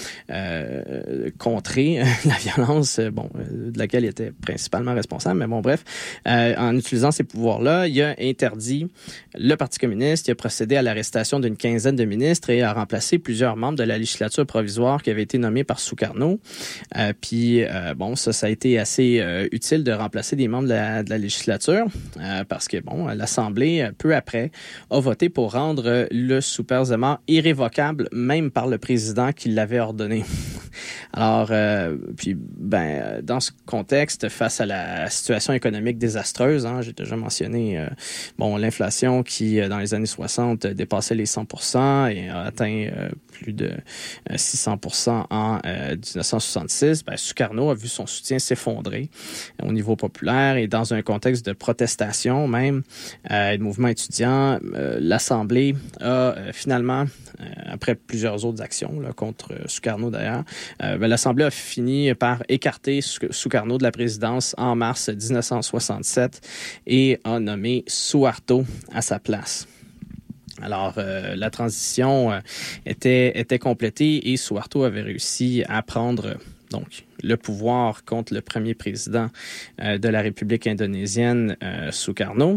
contrer la violence, de laquelle il était principalement responsable. Mais bon, bref, en utilisant ces pouvoirs-là, il a interdit le Parti communiste, il a procédé à l'arrestation d'une quinzaine de ministres et a remplacé plusieurs membres de la législature provisoire qui avait été nommés par Sukarno. Puis, ça a été assez utile de remplacer des membres de la législature parce que, l'Assemblée, peu après, a voté pour rendre le Super Zemar irrévocable, même par le président qui l'avait ordonné. Alors, dans ce contexte, face à la situation économique désastreuse, hein, j'ai déjà mentionné l'inflation qui, dans les années 60, dépassait les 100% et a atteint plus de 600% en 1966, Sukarno a vu son soutien s'effondrer au niveau populaire et dans un contexte de protestation même, de mouvement étudiant, l'Assemblée a finalement, après plusieurs autres actions là, contre Sukarno d'ailleurs, l'Assemblée a fini par écarter Sukarno de la présidence en mars 1967 et a nommé Suharto à sa place. Alors, la transition était complétée et Suharto avait réussi à prendre donc le pouvoir contre le premier président de la République indonésienne, Sukarno.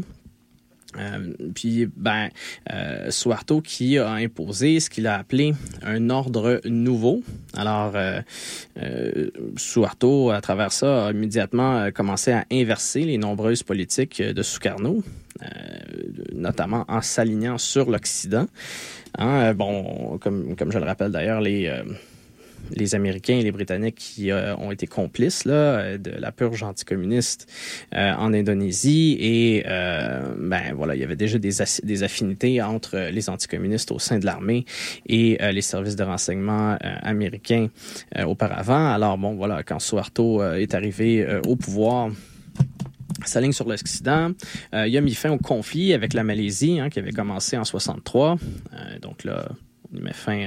Suharto qui a imposé ce qu'il a appelé un ordre nouveau. Alors, Suharto, à travers ça, a immédiatement commencé à inverser les nombreuses politiques de Sukarno, notamment en s'alignant sur l'Occident. Hein, comme je le rappelle d'ailleurs, les Américains et les Britanniques qui ont été complices là, de la purge anticommuniste en Indonésie et il y avait déjà des affinités entre les anticommunistes au sein de l'armée et les services de renseignement américains auparavant. Alors quand Suharto est arrivé au pouvoir, s'aligne sur l'Occident. Il a mis fin au conflit avec la Malaisie qui avait commencé en 63. Donc là, il met fin.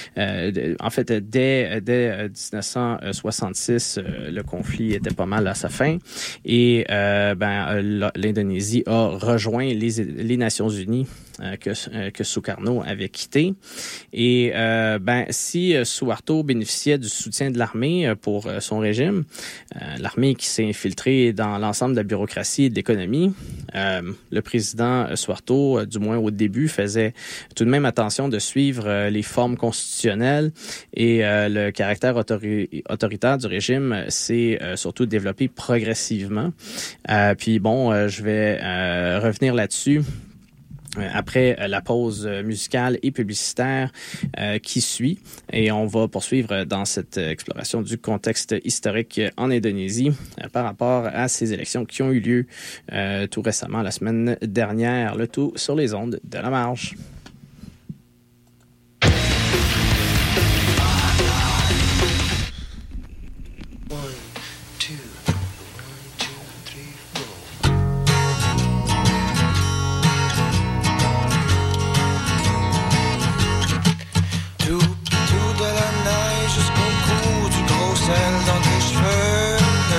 Dès 1966, le conflit était pas mal à sa fin. Et l'Indonésie a rejoint les Nations Unies que Sukarno avait quitté. Et si Suharto bénéficiait du soutien de l'armée pour son régime, l'armée qui s'est infiltrée dans l'ensemble de la bureaucratie et de l'économie, le président Suharto, du moins au début, faisait tout de même attention de suivre les formes constitutionnelles et le caractère autoritaire du régime s'est surtout développé progressivement. Je vais revenir là-dessus après la pause musicale et publicitaire qui suit. Et on va poursuivre dans cette exploration du contexte historique en Indonésie par rapport à ces élections qui ont eu lieu tout récemment, la semaine dernière. Le tout sur les ondes de La Marge. Dans tes cheveux,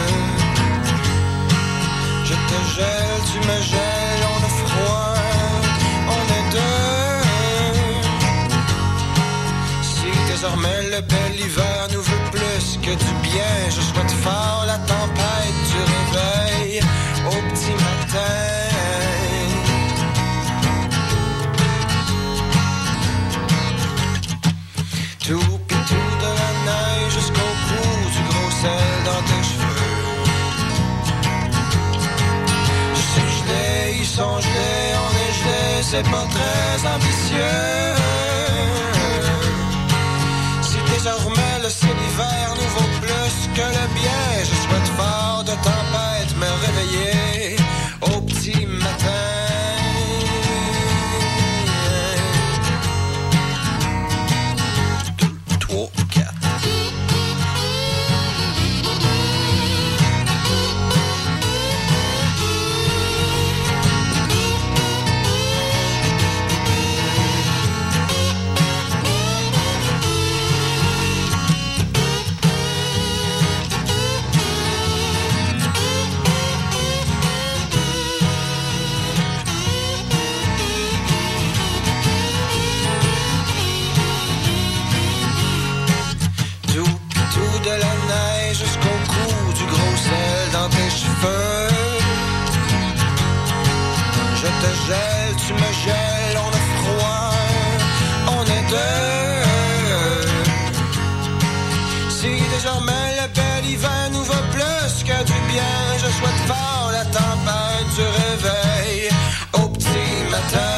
je te gèle, tu me gèles, on a froid, on est deux. Si désormais le bel hiver nous veut plus que du bien, je souhaite fort la tempête du réveil au petit matin. Tout pis tout de la neige jusqu'au cou, du gros sel dans tes cheveux. Je suis gelé, ils sont gelés, on est gelé, c'est pas très ambitieux. Si désormais le ciel hiver nous vaut plus que le bien, je souhaite fort de tempête me réveiller au petit matin. 2, 3, 4. De la neige jusqu'au cou, du gros sel dans tes cheveux. Je te gèle, tu me gèles, on a froid, on est deux. Si désormais le bel hiver nous vaut plus que du bien, je souhaite fort la tempête du réveil au petit matin.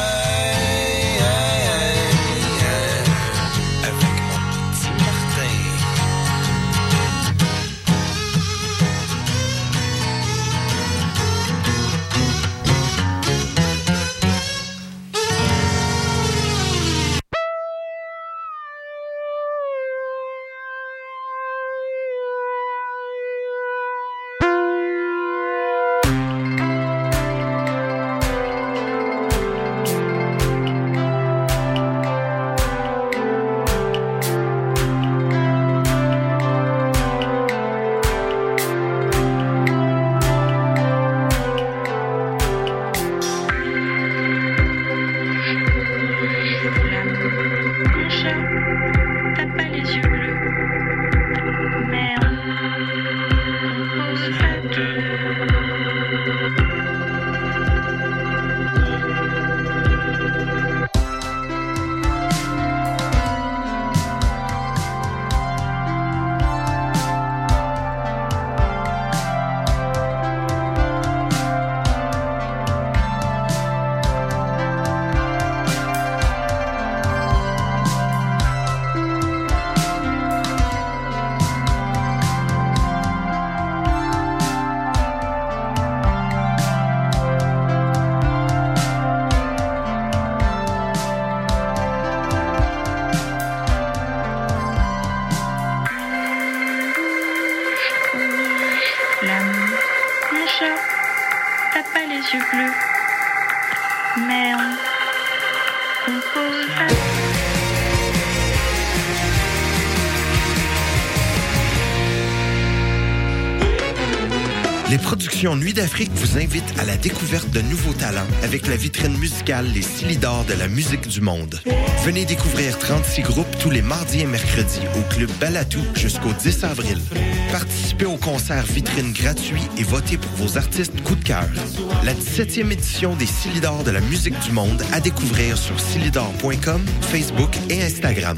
Les productions Nuit d'Afrique vous invitent à la découverte de nouveaux talents avec la vitrine musicale Les Silidors de la musique du monde. Venez découvrir 36 groupes tous les mardis et mercredis au Club Balatou jusqu'au 10 avril. Participez au concert vitrine gratuit et votez pour vos artistes coup de cœur. La 17e édition des Silidors de la musique du monde à découvrir sur silidor.com, Facebook et Instagram.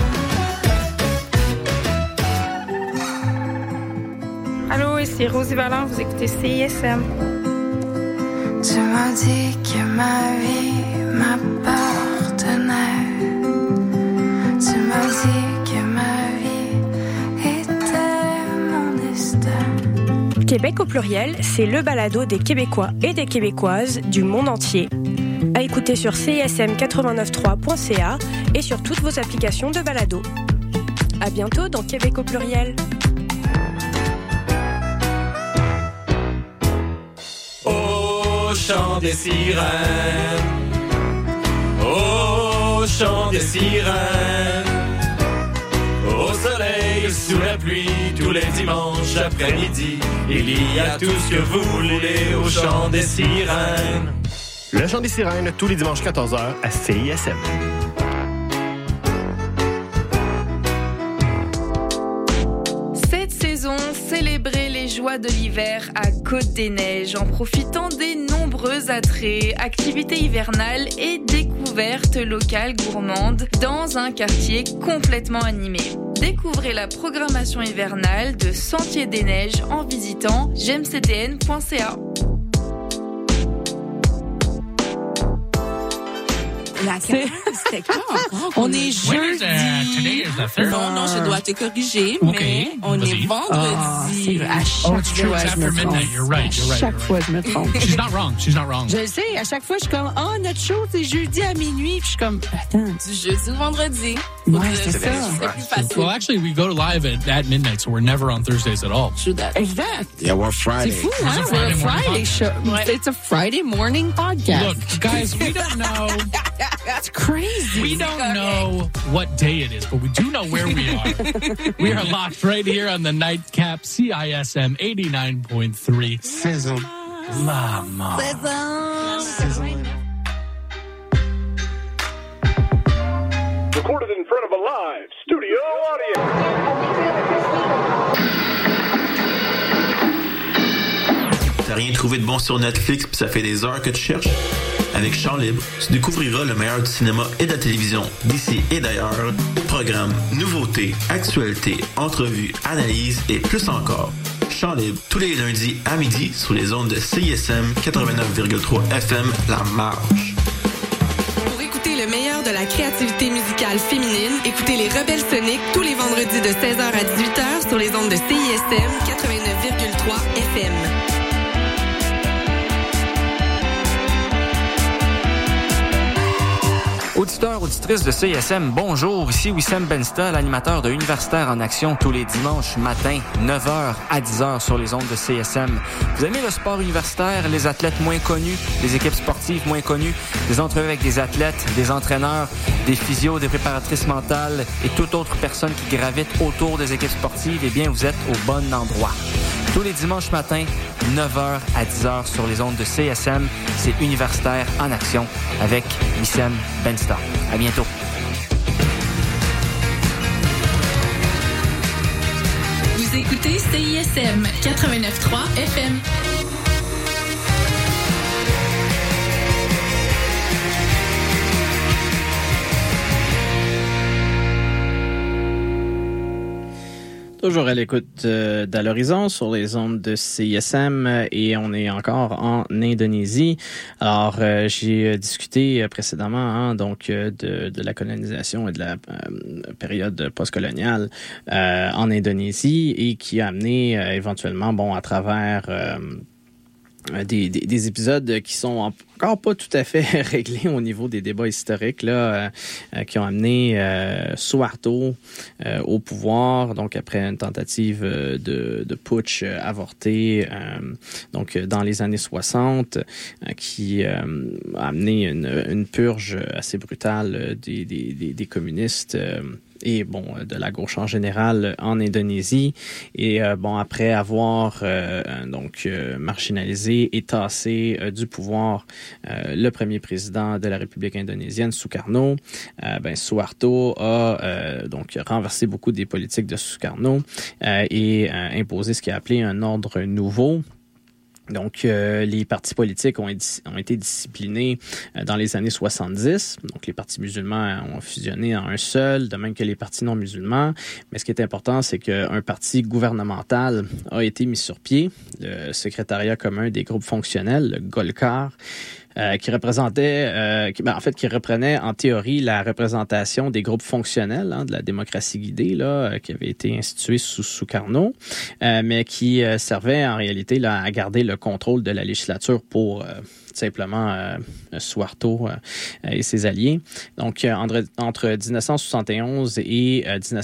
Allô, ici Rosie Vallant, vous écoutez CISM. Tu m'as dit que ma vie, ma Québec au pluriel, c'est le balado des Québécois et des Québécoises du monde entier. À écouter sur CISM893.ca et sur toutes vos applications de balado. À bientôt dans Québec au pluriel. Au chant des sirènes, au chant des sirènes, au soleil, sous la pluie, tous les dimanches après-midi, il y a tout ce que vous voulez au chant des sirènes. Le chant des sirènes, tous les dimanches 14h à CISM. Cette saison, célébrez les joies de l'hiver à Côte-des-Neiges en profitant des nombreux attraits, activités hivernales et découvertes locales gourmandes dans un quartier complètement animé. Découvrez la programmation hivernale de Sentier des Neiges en visitant gemcdn.ca. C'était quoi encore? On est jeudi. Non, je dois te corriger, mais on est vendredi. À chaque fois, je me trompe. Chaque fois, je me trompe. She's not wrong. Je le sais, à chaque fois, je suis comme, notre show, c'est jeudi à minuit. Puis je suis comme, attends. Du jeudi au vendredi. Ouais, c'est ça. C'est plus facile. Well, actually, we go live at midnight, so we're never on Thursdays at all. Exact. Yeah, we're Friday. C'est fou, hein? We're a Friday show. It's a Friday morning podcast. Look, guys, we don't know. That's crazy. We don't know what day it is, but we do know where we are. We are locked right here on the nightcap CISM 89.3. Sizzle. Lama. Sizzle. Recorded in front of a live studio audience. T'as rien trouvé de bon sur Netflix pis ça fait des heures que tu cherches? Avec Chant Libre, tu découvriras le meilleur du cinéma et de la télévision d'ici et d'ailleurs. Programmes, nouveautés, actualités, entrevues, analyses et plus encore. Chant Libre, tous les lundis à midi sur les ondes de CISM 89,3 FM La Marge. Pour écouter le meilleur de la créativité musicale féminine, écoutez les Rebelles Soniques tous les vendredis de 16h à 18h sur les ondes de CISM 89,3 FM. Auditeurs, auditrices de CISM, bonjour. Ici Wissem Bensta, l'animateur de Universitaire en Action tous les dimanches matin, 9h à 10h sur les ondes de CISM. Vous aimez le sport universitaire, les athlètes moins connus, les équipes sportives moins connues, des entrevues avec des athlètes, des entraîneurs, des physios, des préparatrices mentales et toute autre personne qui gravite autour des équipes sportives, eh bien, vous êtes au bon endroit. Tous les dimanches matins, 9h à 10h sur les ondes de CSM, c'est Universitaire en Action avec Wissem Bensta. À bientôt. Vous écoutez CISM 89.3 FM. Toujours à l'écoute d'À l'horizon sur les ondes de CISM et on est encore en Indonésie. Alors, j'ai discuté précédemment donc de la colonisation et de la période postcoloniale en Indonésie et qui a amené éventuellement, à travers des épisodes qui sont encore pas tout à fait réglés au niveau des débats historiques là, qui ont amené Suharto au pouvoir, donc après une tentative de putsch avorté donc dans les années 60 qui a amené une purge assez brutale des communistes et de la gauche en général en Indonésie. Et après avoir marginalisé et tassé du pouvoir le premier président de la République indonésienne, Sukarno, Suharto a renversé beaucoup des politiques de Sukarno et imposé ce qu'il a appelé un ordre nouveau. Donc, les partis politiques ont été disciplinés dans les années 70. Donc, les partis musulmans ont fusionné en un seul, de même que les partis non musulmans. Mais ce qui est important, c'est qu'un parti gouvernemental a été mis sur pied, le secrétariat commun des groupes fonctionnels, le Golkar, qui représentait, qui reprenait en théorie la représentation des groupes fonctionnels de la démocratie guidée là, qui avait été instituée sous Sukarno, mais qui servait en réalité là, à garder le contrôle de la législature pour simplement Suharto et ses alliés. Donc, entre 1971 et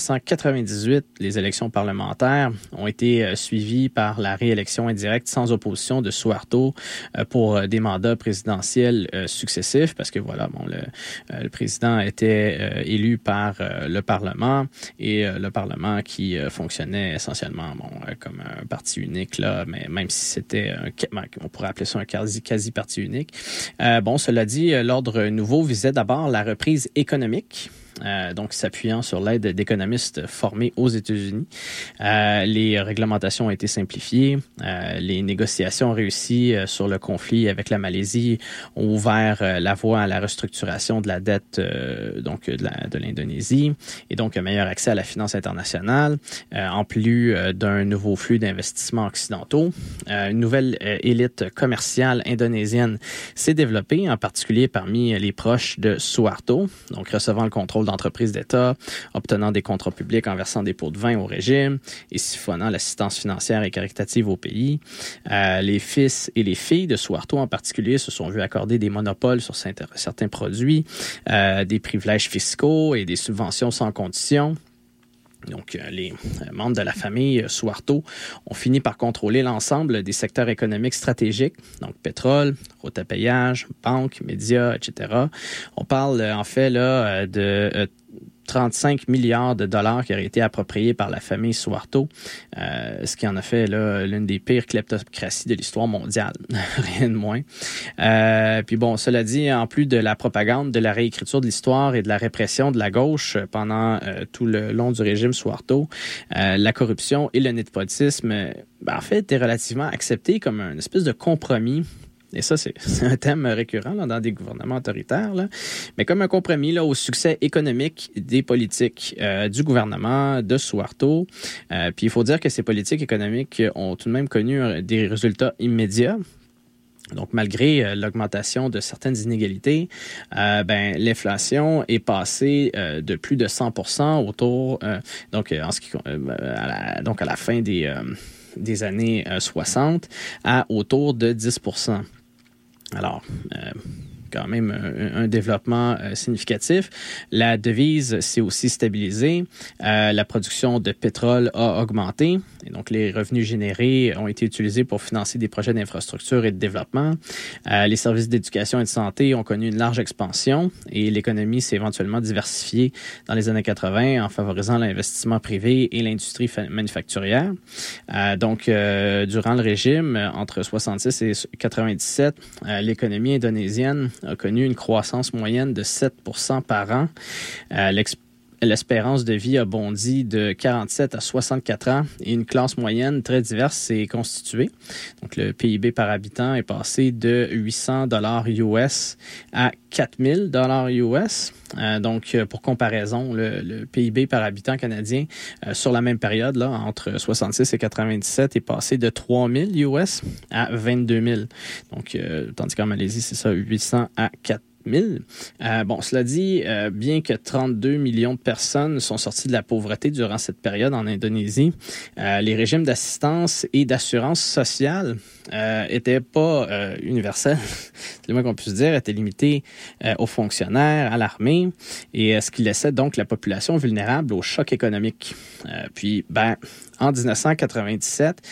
1998, les élections parlementaires ont été suivies par la réélection indirecte sans opposition de Suharto pour des mandats présidentiels successifs, parce que voilà, bon, le président était élu par le Parlement, et le Parlement qui fonctionnait essentiellement comme un parti unique, là, mais même si c'était, on pourrait appeler ça un quasi-parti unique. Cela dit, l'ordre nouveau visait d'abord la reprise économique. Donc s'appuyant sur l'aide d'économistes formés aux États-Unis. Les réglementations ont été simplifiées. Les négociations réussies sur le conflit avec la Malaisie ont ouvert la voie à la restructuration de la dette de l'Indonésie et donc un meilleur accès à la finance internationale, en plus d'un nouveau flux d'investissements occidentaux. Une nouvelle élite commerciale indonésienne s'est développée, en particulier parmi les proches de Suharto, donc recevant le contrôle d'entreprises d'État, obtenant des contrats publics en versant des pots de vin au régime et siphonnant l'assistance financière et caritative au pays. Les fils et les filles de Suharto en particulier se sont vus accorder des monopoles sur certains produits, des privilèges fiscaux et des subventions sans condition. Donc, les membres de la famille Suharto ont fini par contrôler l'ensemble des secteurs économiques stratégiques, donc pétrole, routes à péage, banques, médias, etc. On parle en fait là de 35 milliards de dollars qui auraient été appropriés par la famille Suharto, ce qui en a fait là, l'une des pires kleptocraties de l'histoire mondiale, rien de moins. Puis bon, cela dit, en plus de la propagande, de la réécriture de l'histoire et de la répression de la gauche pendant tout le long du régime Suharto, la corruption et le népotisme, en fait, étaient relativement acceptés comme une espèce de compromis. Et ça, c'est un thème récurrent là, dans des gouvernements autoritaires, là. Mais comme un compromis là, au succès économique des politiques du gouvernement de Suharto. Puis il faut dire que ces politiques économiques ont tout de même connu des résultats immédiats. Donc, malgré l'augmentation de certaines inégalités, l'inflation est passée de plus de 100% autour, à la fin des années 60 à autour de 10%. Alors, quand même un développement significatif. La devise s'est aussi stabilisée. La production de pétrole a augmenté. Et donc, les revenus générés ont été utilisés pour financer des projets d'infrastructure et de développement. Les services d'éducation et de santé ont connu une large expansion et l'économie s'est éventuellement diversifiée dans les années 80 en favorisant l'investissement privé et l'industrie manufacturière. Durant le régime, entre 66 et 97, l'économie indonésienne a connu une croissance moyenne de 7% par an. L'espérance de vie a bondi de 47 à 64 ans et une classe moyenne très diverse s'est constituée. Donc, le PIB par habitant est passé de $800 US à $4,000 US. Pour comparaison, le PIB par habitant canadien sur la même période, là, entre 66 et 97, est passé de 3,000 US à 22,000. Donc, tandis qu'en Malaisie, c'est ça, 800 à 4,000. Cela dit, bien que 32 millions de personnes sont sorties de la pauvreté durant cette période en Indonésie, les régimes d'assistance et d'assurance sociale étaient pas universels, c'est le moins qu'on puisse dire, étaient limités aux fonctionnaires, à l'armée, et ce qui laissait donc la population vulnérable au choc économique. En 1997,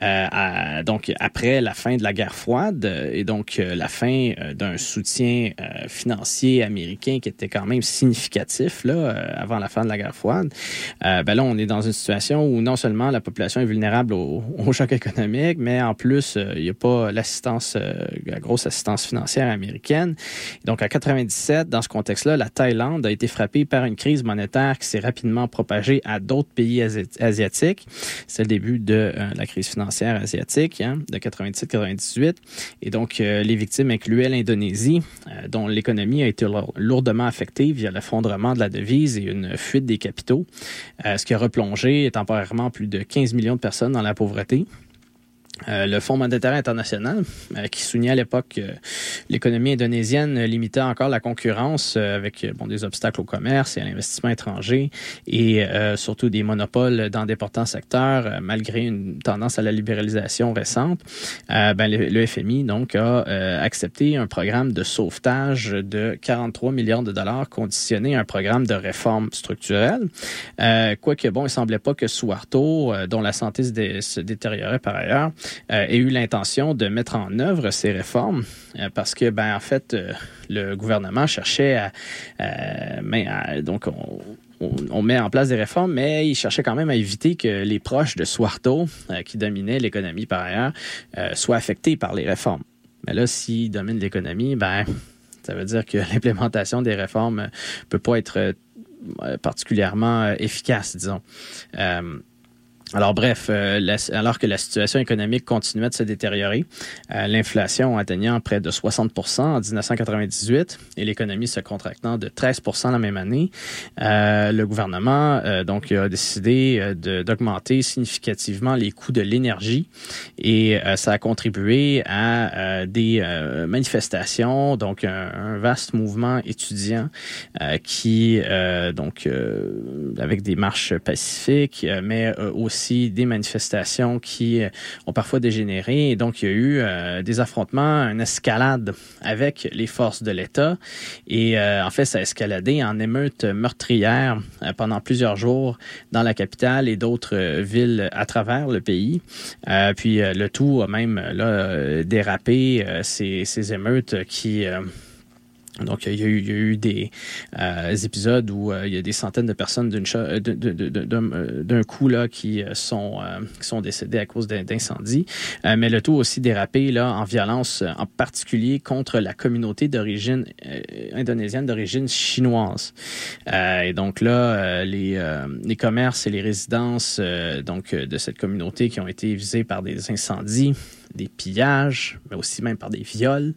après la fin de la guerre froide et donc la fin d'un soutien financier américain qui était quand même significatif là, avant la fin de la guerre froide, là, on est dans une situation où non seulement la population est vulnérable au choc économique, mais en plus, il n'y a pas la grosse assistance financière américaine. Donc, en 97, dans ce contexte-là, la Thaïlande a été frappée par une crise monétaire qui s'est rapidement propagée à d'autres pays asiatiques. C'est le début de la crise financière asiatique de 97-98. Et donc, les victimes incluaient l'Indonésie, dont l'économie a été lourdement affectée via l'effondrement de la devise et une fuite des capitaux, ce qui a replongé temporairement plus de 15 millions de personnes dans la pauvreté. Le Fonds monétaire international, qui soulignait à l'époque que l'économie indonésienne limitait encore la concurrence avec des obstacles au commerce et à l'investissement étranger et surtout des monopoles dans d'importants secteurs, malgré une tendance à la libéralisation récente. Le FMI donc a accepté un programme de sauvetage de 43 milliards de dollars conditionné à un programme de réforme structurelle. Quoique, il semblait pas que Suharto, dont la santé se détériorait par ailleurs, ait eu l'intention de mettre en œuvre ces réformes parce que, en fait, le gouvernement cherchait on met en place des réformes, mais il cherchait quand même à éviter que les proches de Suharto, qui dominaient l'économie par ailleurs, soient affectés par les réformes. Mais là, s'ils dominent l'économie, ça veut dire que l'implémentation des réformes peut pas être particulièrement efficace, disons. Alors bref, alors que la situation économique continuait de se détériorer, l'inflation atteignant près de 60% en 1998 et l'économie se contractant de 13% la même année, le gouvernement a décidé d'augmenter significativement les coûts de l'énergie et ça a contribué à des manifestations, donc un vaste mouvement étudiant qui avec des marches pacifiques, mais aussi des manifestations qui ont parfois dégénéré. Et donc, il y a eu des affrontements, une escalade avec les forces de l'État. Et en fait, ça a escaladé en émeutes meurtrières pendant plusieurs jours dans la capitale et d'autres villes à travers le pays. Puis le tout a même dérapé ces émeutes qui... Donc, il y a eu des épisodes où il y a des centaines de personnes d'un coup qui sont décédées à cause d'incendies. Mais le tout a aussi dérapé en violence, en particulier contre la communauté d'origine indonésienne d'origine chinoise. Et donc là, les commerces et les résidences de cette communauté qui ont été visés par des incendies, des pillages, mais aussi même par des viols.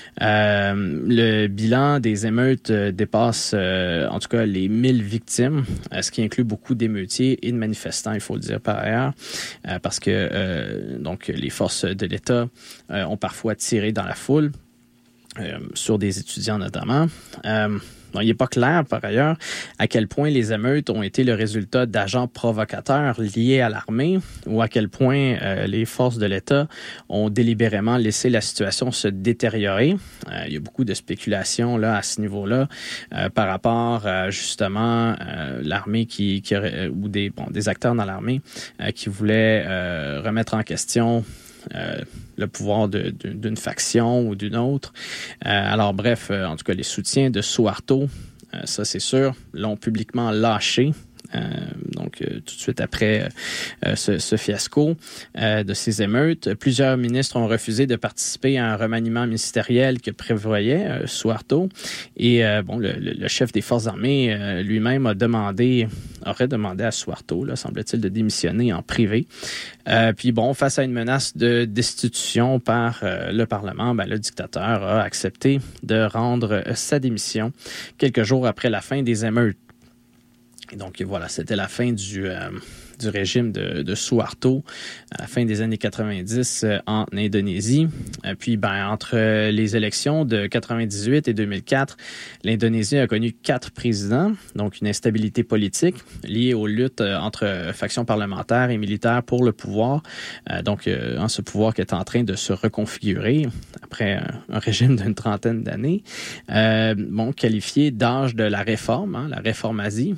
Le bilan des émeutes dépasse en tout cas les 1000 victimes, ce qui inclut beaucoup d'émeutiers et de manifestants, il faut le dire par ailleurs, parce que les forces de l'État ont parfois tiré dans la foule, sur des étudiants notamment. Il n'est pas clair, par ailleurs, à quel point les émeutes ont été le résultat d'agents provocateurs liés à l'armée ou à quel point les forces de l'État ont délibérément laissé la situation se détériorer. Il y a beaucoup de spéculations à ce niveau-là par rapport à, justement, l'armée qui aurait, ou des acteurs dans l'armée qui voulaient remettre en question le pouvoir d'une faction ou d'une autre. Alors bref, en tout cas, les soutiens de Suharto, ça c'est sûr, l'ont publiquement lâché. Tout de suite après ce fiasco de ces émeutes, plusieurs ministres ont refusé de participer à un remaniement ministériel que prévoyait Suharto. Et le chef des forces armées lui-même aurait demandé à Suharto, semble-t-il, de démissionner en privé. Face à une menace de destitution par le Parlement, le dictateur a accepté de rendre sa démission quelques jours après la fin des émeutes. Et donc, voilà, c'était la fin du régime de Suharto à la fin des années 90 en Indonésie. Puis, entre les élections de 98 et 2004, l'Indonésie a connu 4 présidents, donc une instabilité politique liée aux luttes entre factions parlementaires et militaires pour le pouvoir. Ce pouvoir qui est en train de se reconfigurer après un régime d'une trentaine d'années, qualifié d'âge de la réforme, la réformatie.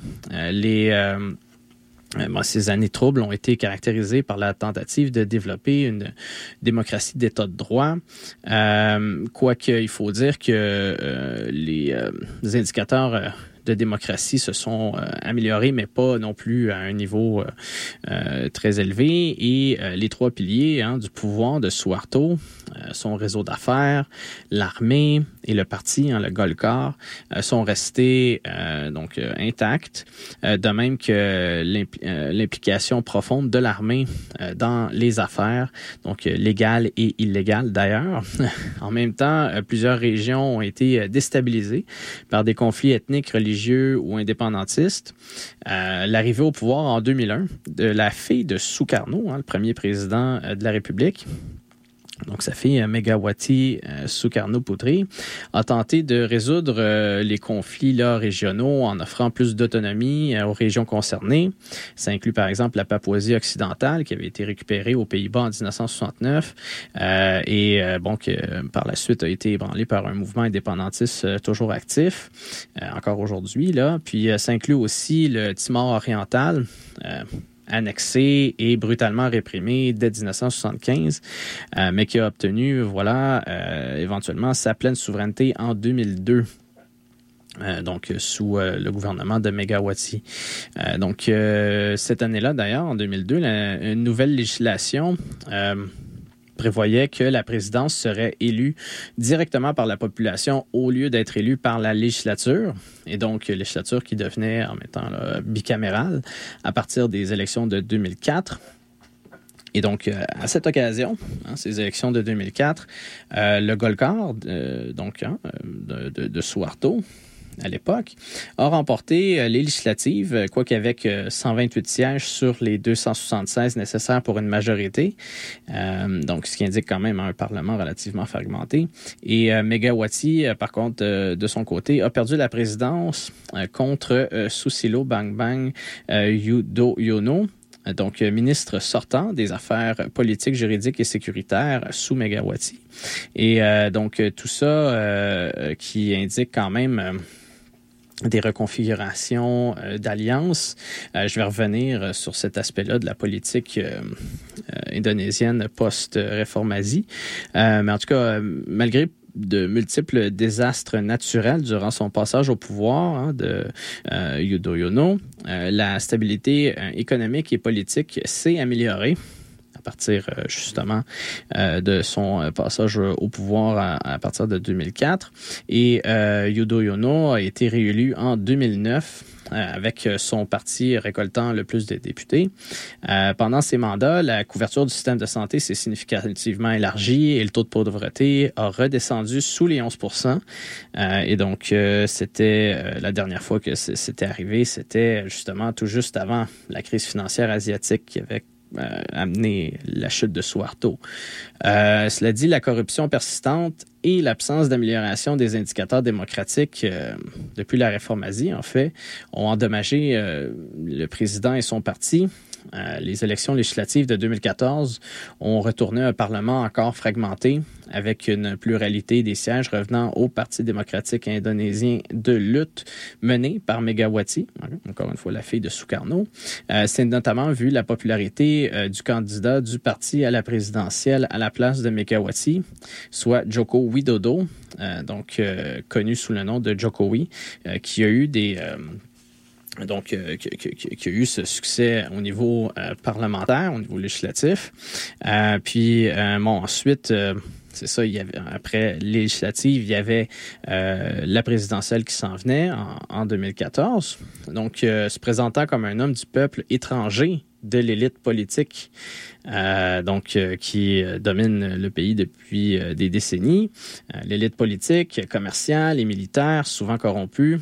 Ces années troubles ont été caractérisées par la tentative de développer une démocratie d'État de droit. Quoique, il faut dire que les indicateurs de démocratie se sont améliorés, mais pas non plus à un niveau très élevé. Et les 3 piliers du pouvoir de Suharto, son réseau d'affaires, l'armée et le parti, le Golkar, sont restés intacts. De même que l'implication profonde de l'armée dans les affaires, donc légales et illégales d'ailleurs. En même temps, plusieurs régions ont été déstabilisées par des conflits ethniques, religieux religieux ou indépendantistes. L'arrivée au pouvoir en 2001 de la fille de Sukarno, le premier président de la République, donc sa fille Megawati Sukarno-Putri, a tenté de résoudre les conflits là, régionaux en offrant plus d'autonomie aux régions concernées. Ça inclut par exemple la Papouasie occidentale qui avait été récupérée aux Pays-Bas en 1969 qui par la suite a été ébranlée par un mouvement indépendantiste toujours actif encore aujourd'hui. Là. Puis ça inclut aussi le Timor oriental annexé et brutalement réprimé dès 1975, mais qui a obtenu, éventuellement sa pleine souveraineté en 2002. Sous le gouvernement de Megawati. Cette année-là, d'ailleurs, en 2002, une nouvelle législation prévoyait que la présidence serait élue directement par la population au lieu d'être élue par la législature. Et donc, législature qui devenait en même temps bicamérale à partir des élections de 2004. Et donc, à cette occasion, ces élections de 2004, le Golkar, de Suharto, à l'époque, a remporté les législatives, quoique avec 128 sièges sur les 276 nécessaires pour une majorité. Ce qui indique quand même un parlement relativement fragmenté. Et Megawati, par contre, de son côté, a perdu la présidence contre Susilo Bambang Yudhoyono, donc ministre sortant des Affaires politiques, juridiques et sécuritaires sous Megawati. Et tout ça qui indique quand même des reconfigurations d'alliances. Je vais revenir sur cet aspect-là de la politique indonésienne post-Reform-Asie. Mais en tout cas, malgré de multiples désastres naturels durant son passage au pouvoir de Yudhoyono, la stabilité économique et politique s'est améliorée à partir justement de son passage au pouvoir à partir de 2004. Et Yudhoyono a été réélu en 2009 avec son parti récoltant le plus de députés. Pendant ces mandats, la couverture du système de santé s'est significativement élargie et le taux de pauvreté a redescendu sous les 11%. Et donc, c'était la dernière fois que c'était arrivé, c'était justement tout juste avant la crise financière asiatique qui avait amener la chute de Suharto. Cela dit, la corruption persistante et l'absence d'amélioration des indicateurs démocratiques depuis la Reform-Asie, en fait, ont endommagé le président et son parti. Les élections législatives de 2014 ont retourné un Parlement encore fragmenté avec une pluralité des sièges revenant au Parti démocratique indonésien de lutte mené par Megawati, encore une fois la fille de Sukarno. C'est notamment vu la popularité du candidat du parti à la présidentielle à la place de Megawati, soit Joko Widodo, connu sous le nom de Jokowi, qui a eu qui a eu ce succès au niveau parlementaire, au niveau législatif. Ensuite, c'est ça, il y avait, après les législatives, il y avait la présidentielle qui s'en venait en 2014. Donc, se présentant comme un homme du peuple étranger de l'élite politique qui domine le pays depuis des décennies. L'élite politique, commerciale et militaire, souvent corrompue.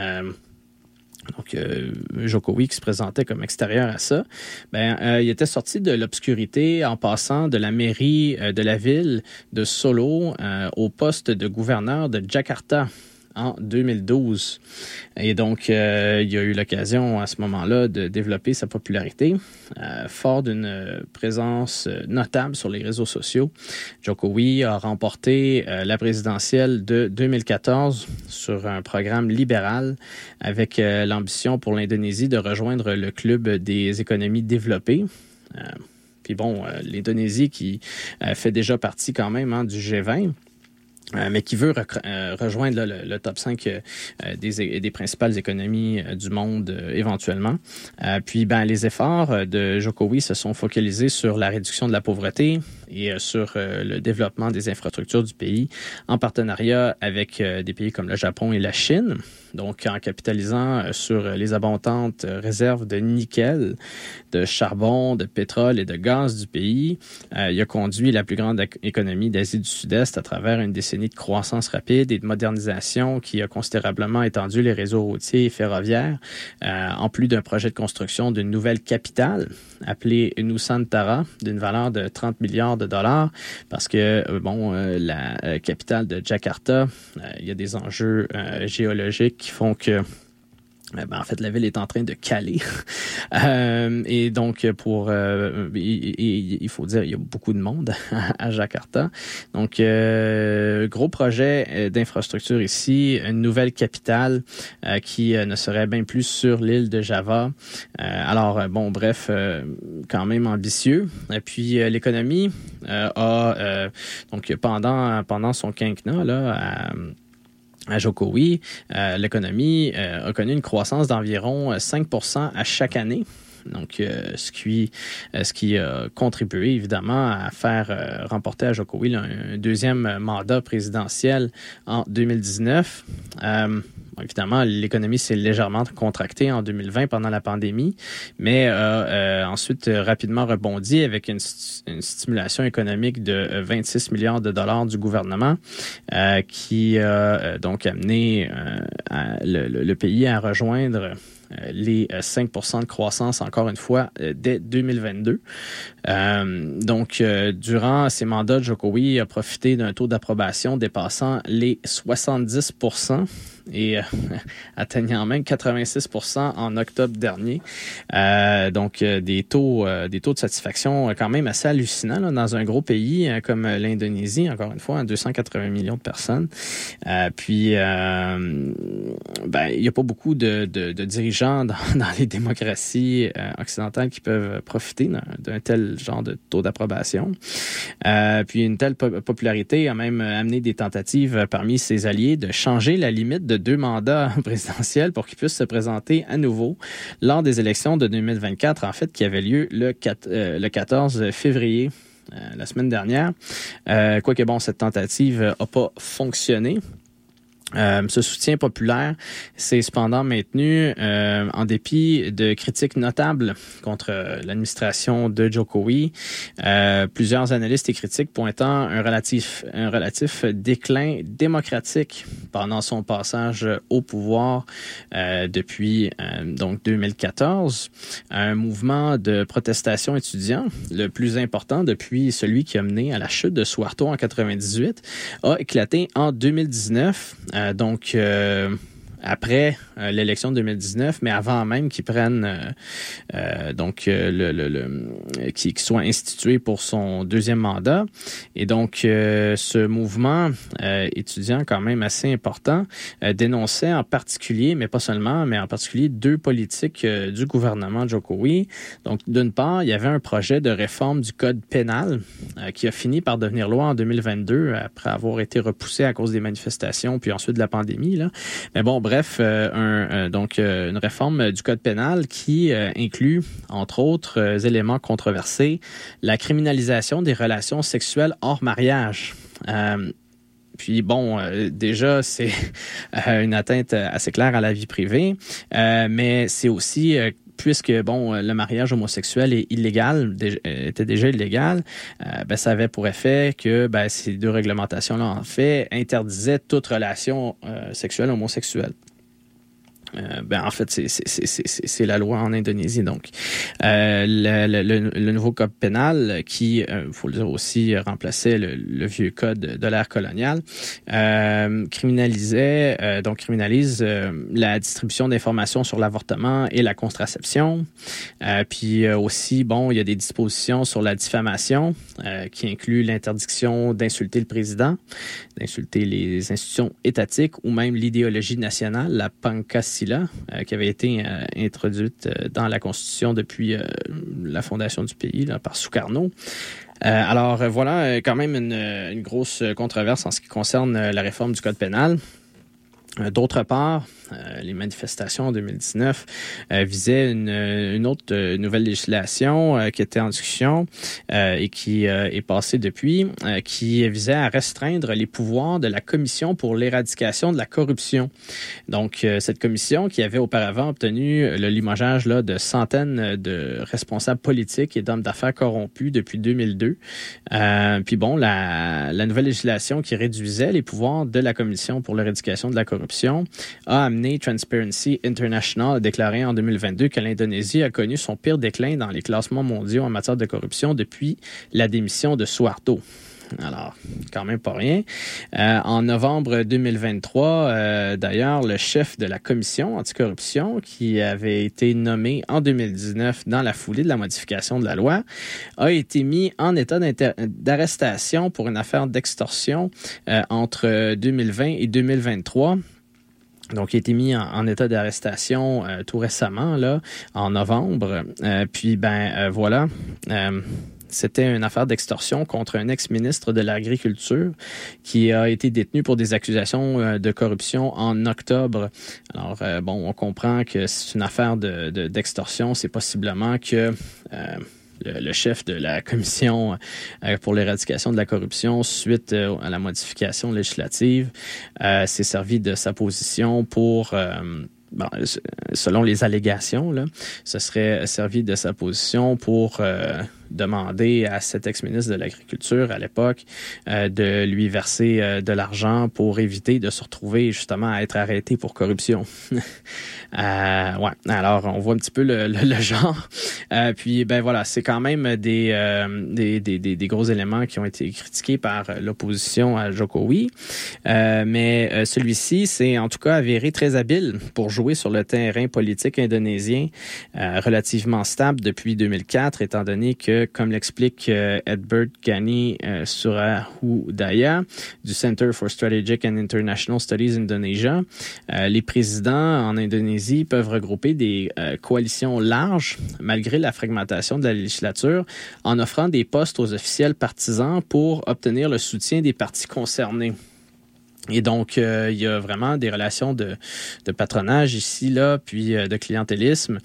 Jokowi qui se présentait comme extérieur à ça, il était sorti de l'obscurité en passant de la mairie de la ville de Solo au poste de gouverneur de Jakarta en 2012. Et donc, il a eu l'occasion à ce moment-là de développer sa popularité, fort d'une présence notable sur les réseaux sociaux. Jokowi a remporté la présidentielle de 2014 sur un programme libéral avec l'ambition pour l'Indonésie de rejoindre le club des économies développées. L'Indonésie qui fait déjà partie quand même du G20, mais qui veut rejoindre le top 5 des principales économies du monde éventuellement. Les efforts de Jokowi se sont focalisés sur la réduction de la pauvreté et sur le développement des infrastructures du pays en partenariat avec des pays comme le Japon et la Chine. donc en capitalisant sur les abondantes réserves de nickel, de charbon, de pétrole et de gaz du pays. Il a conduit la plus grande économie d'Asie du Sud-Est à travers une décennie de croissance rapide et de modernisation qui a considérablement étendu les réseaux routiers et ferroviaires, en plus d'un projet de construction d'une nouvelle capitale appelée Nusantara, d'une valeur de 30 milliards de dollars, parce que, la capitale de Jakarta, il y a des enjeux géologiques qui font que en fait, la ville est en train de caler. Et donc, il faut dire, il y a beaucoup de monde à Jakarta. Donc, gros projet d'infrastructure ici, une nouvelle capitale qui ne serait bien plus sur l'île de Java. Quand même ambitieux. Et puis, l'économie donc pendant son quinquennat, là, à Jokowi, l'économie a connu une croissance d'environ 5% à chaque année. Donc, ce qui a contribué évidemment à faire remporter à Jokowi un deuxième mandat présidentiel en 2019. Évidemment, l'économie s'est légèrement contractée en 2020 pendant la pandémie, mais a ensuite rapidement rebondi avec une stimulation économique de 26 milliards de dollars du gouvernement qui a donc amené le pays à rejoindre les 5% de croissance, encore une fois, dès 2022. Durant ces mandats, Jokowi a profité d'un taux d'approbation dépassant les 70% et atteignant même 86% en octobre dernier. Des taux de satisfaction quand même assez hallucinants là, dans un gros pays comme l'Indonésie, encore une fois, 280 millions de personnes. Il n'y a pas beaucoup de dirigeants dans les démocraties occidentales qui peuvent profiter d'un tel genre de taux d'approbation. Puis une telle popularité a même amené des tentatives parmi ses alliés de changer la limite de 2 mandats présidentiels pour qu'ils puissent se présenter à nouveau lors des élections de 2024, en fait, qui avaient lieu le 14 février, la semaine dernière. Quoique, cette tentative n'a pas fonctionné. Ce soutien populaire s'est cependant maintenu en dépit de critiques notables contre l'administration de Jokowi. Plusieurs analystes et critiques pointant un relatif déclin démocratique pendant son passage au pouvoir depuis 2014. Un mouvement de protestation étudiant, le plus important depuis celui qui a mené à la chute de Suharto en 1998, a éclaté en 2019. Après l'élection de 2019, mais avant même qu'ils prennent qu'il soit institué pour son deuxième mandat. Et donc ce mouvement étudiant quand même assez important dénonçait en particulier, mais pas seulement, mais en particulier 2 politiques du gouvernement Jokowi. Donc d'une part, il y avait un projet de réforme du code pénal qui a fini par devenir loi en 2022 après avoir été repoussé à cause des manifestations puis ensuite de la pandémie là. Mais une réforme du code pénal qui inclut, entre autres éléments controversés, la criminalisation des relations sexuelles hors mariage. Déjà, c'est une atteinte assez claire à la vie privée, mais c'est aussi... puisque le mariage homosexuel est illégal, était déjà illégal, ça avait pour effet que ces 2 réglementations-là, en fait, interdisaient toute relation sexuelle homosexuelle. En fait, c'est la loi en Indonésie. Donc, le nouveau code pénal qui, faut le dire aussi, remplaçait le vieux code de l'ère coloniale, criminalise la distribution d'informations sur l'avortement et la contraception. Puis aussi, il y a des dispositions sur la diffamation qui incluent l'interdiction d'insulter le président, d'insulter les institutions étatiques ou même l'idéologie nationale, la Pancasila, qui avait été introduite dans la Constitution depuis la fondation du pays là, par Sukarno. Voilà quand même une grosse controverse en ce qui concerne la réforme du Code pénal. D'autre part, les manifestations en 2019 visaient une autre nouvelle législation qui était en discussion et qui est passée depuis, qui visait à restreindre les pouvoirs de la Commission pour l'éradication de la corruption. Donc, cette commission qui avait auparavant obtenu le limogeage là, de centaines de responsables politiques et d'hommes d'affaires corrompus depuis 2002. Puis bon, la nouvelle législation qui réduisait les pouvoirs de la Commission pour l'éradication de la corruption a amené Transparency International à déclarer en 2022 que l'Indonésie a connu son pire déclin dans les classements mondiaux en matière de corruption depuis la démission de Suharto. Alors, quand même pas rien. En novembre 2023, d'ailleurs, le chef de la commission anticorruption, qui avait été nommé en 2019 dans la foulée de la modification de la loi, a été mis en état d'arrestation pour une affaire d'extorsion entre 2020 et 2023. Donc, il a été mis en état d'arrestation tout récemment, là, en novembre. Voilà. C'était une affaire d'extorsion contre un ex-ministre de l'Agriculture qui a été détenu pour des accusations de corruption en octobre. Alors, on comprend que c'est une affaire d'extorsion. C'est possiblement que le chef de la commission pour l'éradication de la corruption, suite à la modification législative, s'est servi de sa position pour... selon les allégations, là, ce serait servi de sa position pour demander à cet ex-ministre de l'Agriculture à l'époque de lui verser de l'argent pour éviter de se retrouver justement à être arrêté pour corruption. Alors on voit un petit peu le genre. Puis voilà, c'est quand même des gros éléments qui ont été critiqués par l'opposition à Jokowi. Mais celui-ci s'est en tout cas avéré très habile pour jouer sur le terrain politique indonésien, relativement stable depuis 2004, étant donné que, comme l'explique Edbert Ghani Surahudaya du Center for Strategic and International Studies Indonesia, les présidents en Indonésie peuvent regrouper des coalitions larges malgré la fragmentation de la législature en offrant des postes aux officiels partisans pour obtenir le soutien des partis concernés. Et donc, il y a vraiment des relations de patronage ici, là, puis de clientélisme.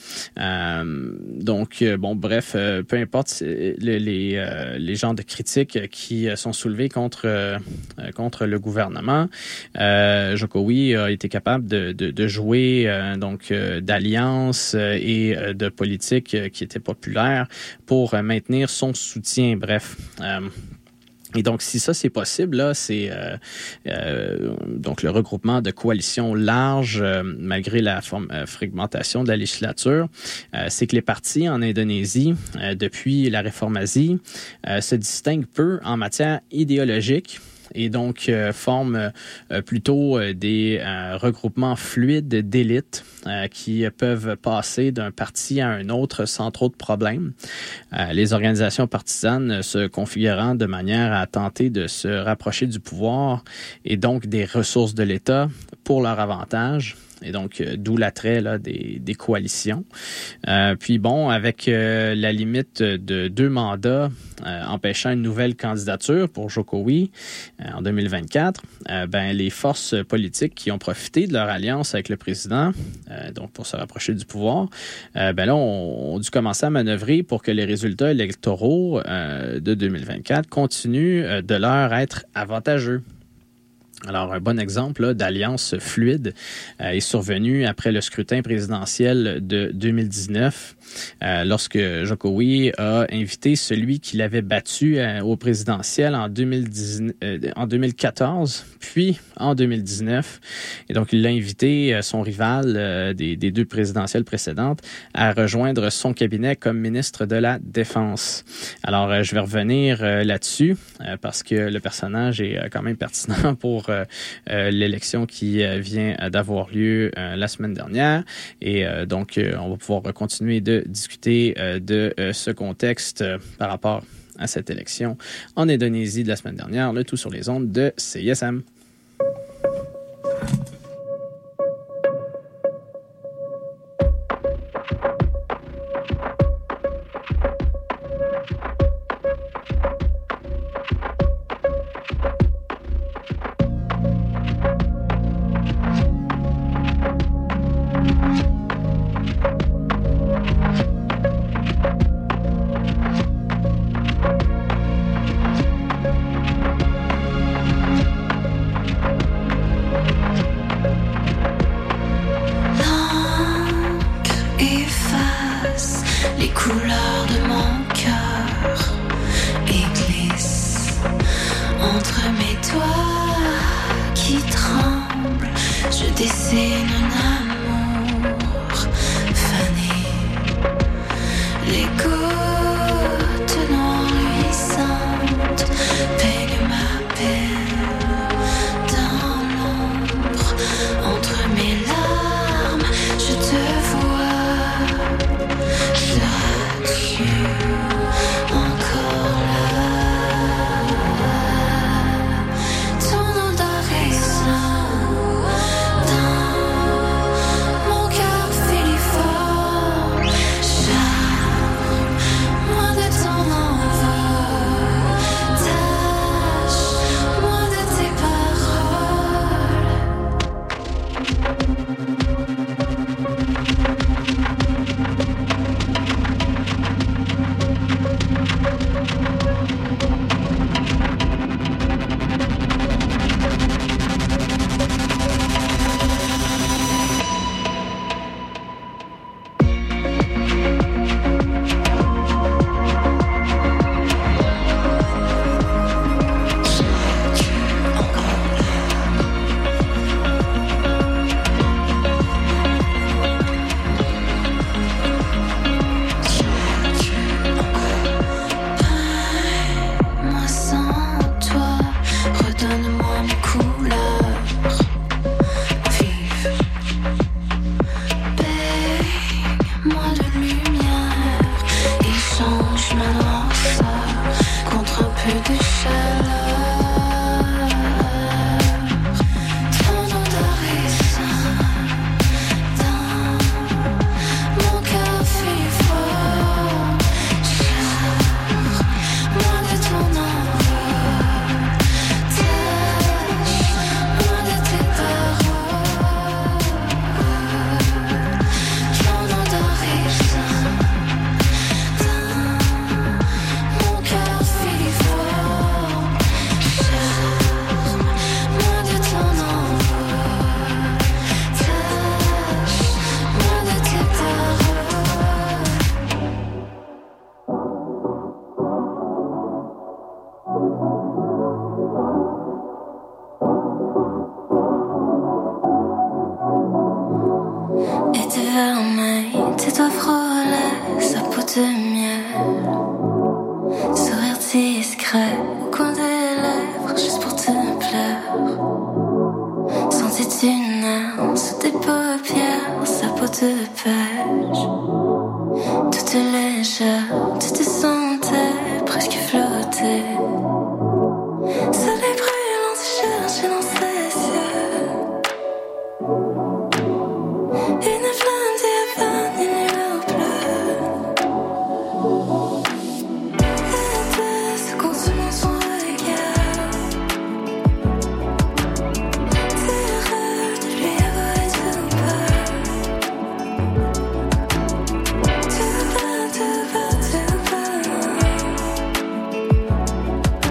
Peu importe les genres de critiques qui sont soulevées contre le gouvernement, Jokowi a été capable de jouer d'alliances et de politiques qui étaient populaires pour maintenir son soutien. Bref. Et donc, si ça, c'est possible, là, c'est donc le regroupement de coalitions larges, malgré la fragmentation de la législature, c'est que les partis en Indonésie, depuis la réformatie, se distinguent peu en matière idéologique. Et donc forment plutôt des regroupements fluides d'élites qui peuvent passer d'un parti à un autre sans trop de problèmes. Les organisations partisanes se configurant de manière à tenter de se rapprocher du pouvoir et donc des ressources de l'État pour leur avantage. Et donc, d'où l'attrait là, des coalitions. Avec la limite de 2 mandats empêchant une nouvelle candidature pour Jokowi en 2024, les forces politiques qui ont profité de leur alliance avec le président, donc pour se rapprocher du pouvoir, ont dû commencer à manœuvrer pour que les résultats électoraux de 2024 continuent de leur être avantageux. Alors, un bon exemple là, d'alliance fluide est survenu après le scrutin présidentiel de 2019, lorsque Jokowi a invité celui qui l'avait battu au présidentiel en 2014, puis en 2019. Et donc, il l'a invité, son rival des 2 présidentielles précédentes, à rejoindre son cabinet comme ministre de la Défense. Alors, je vais revenir là-dessus, parce que le personnage est quand même pertinent pour l'élection qui vient d'avoir lieu la semaine dernière. Et donc, on va pouvoir continuer de discuter de ce contexte par rapport à cette élection en Indonésie de la semaine dernière, le tout sur les ondes de CISM. couleurs de mon cœur et glisse entre mes doigts qui tremblent. Je dessine un amour fané. Les gouttes noires luisantes peignent ma peine dans l'ombre. Entre mes larmes, je te vois. Seras-tu encore là? Ton odeur est dans mon cœur filiforme. Charme-moi de ton envol. Tâche-moi de tes paroles. Moi sans toi, redonne-moi mes couleurs vives. Baigne-moi de lumière et change ma noirceur contre un peu de chaleur. Ton odeur est dans mon cœur filiforme. Charme-moi de ton envol. Tâche-moi de tes paroles. Ton odeur est dans mon cœur filiforme. Charme-moi de ton envol. Tâche-moi de tes paroles. Et tes vermeils, tes doigts frôlaient sa peau de miel. Sourire discret au coin des lèvres, juste pour te plaire. Sentais une nerve sous tes paupières, sa peau de pêche. Toute légère, tu te sentais presque flotter. Soleil brûlant se cherchait dans ses yeux. Une flamme diaphane, une lueur bleue. Elle se consume dans son regard. Tes rêves de lui avouer tout bas. Tout bas, tout bas, tout bas.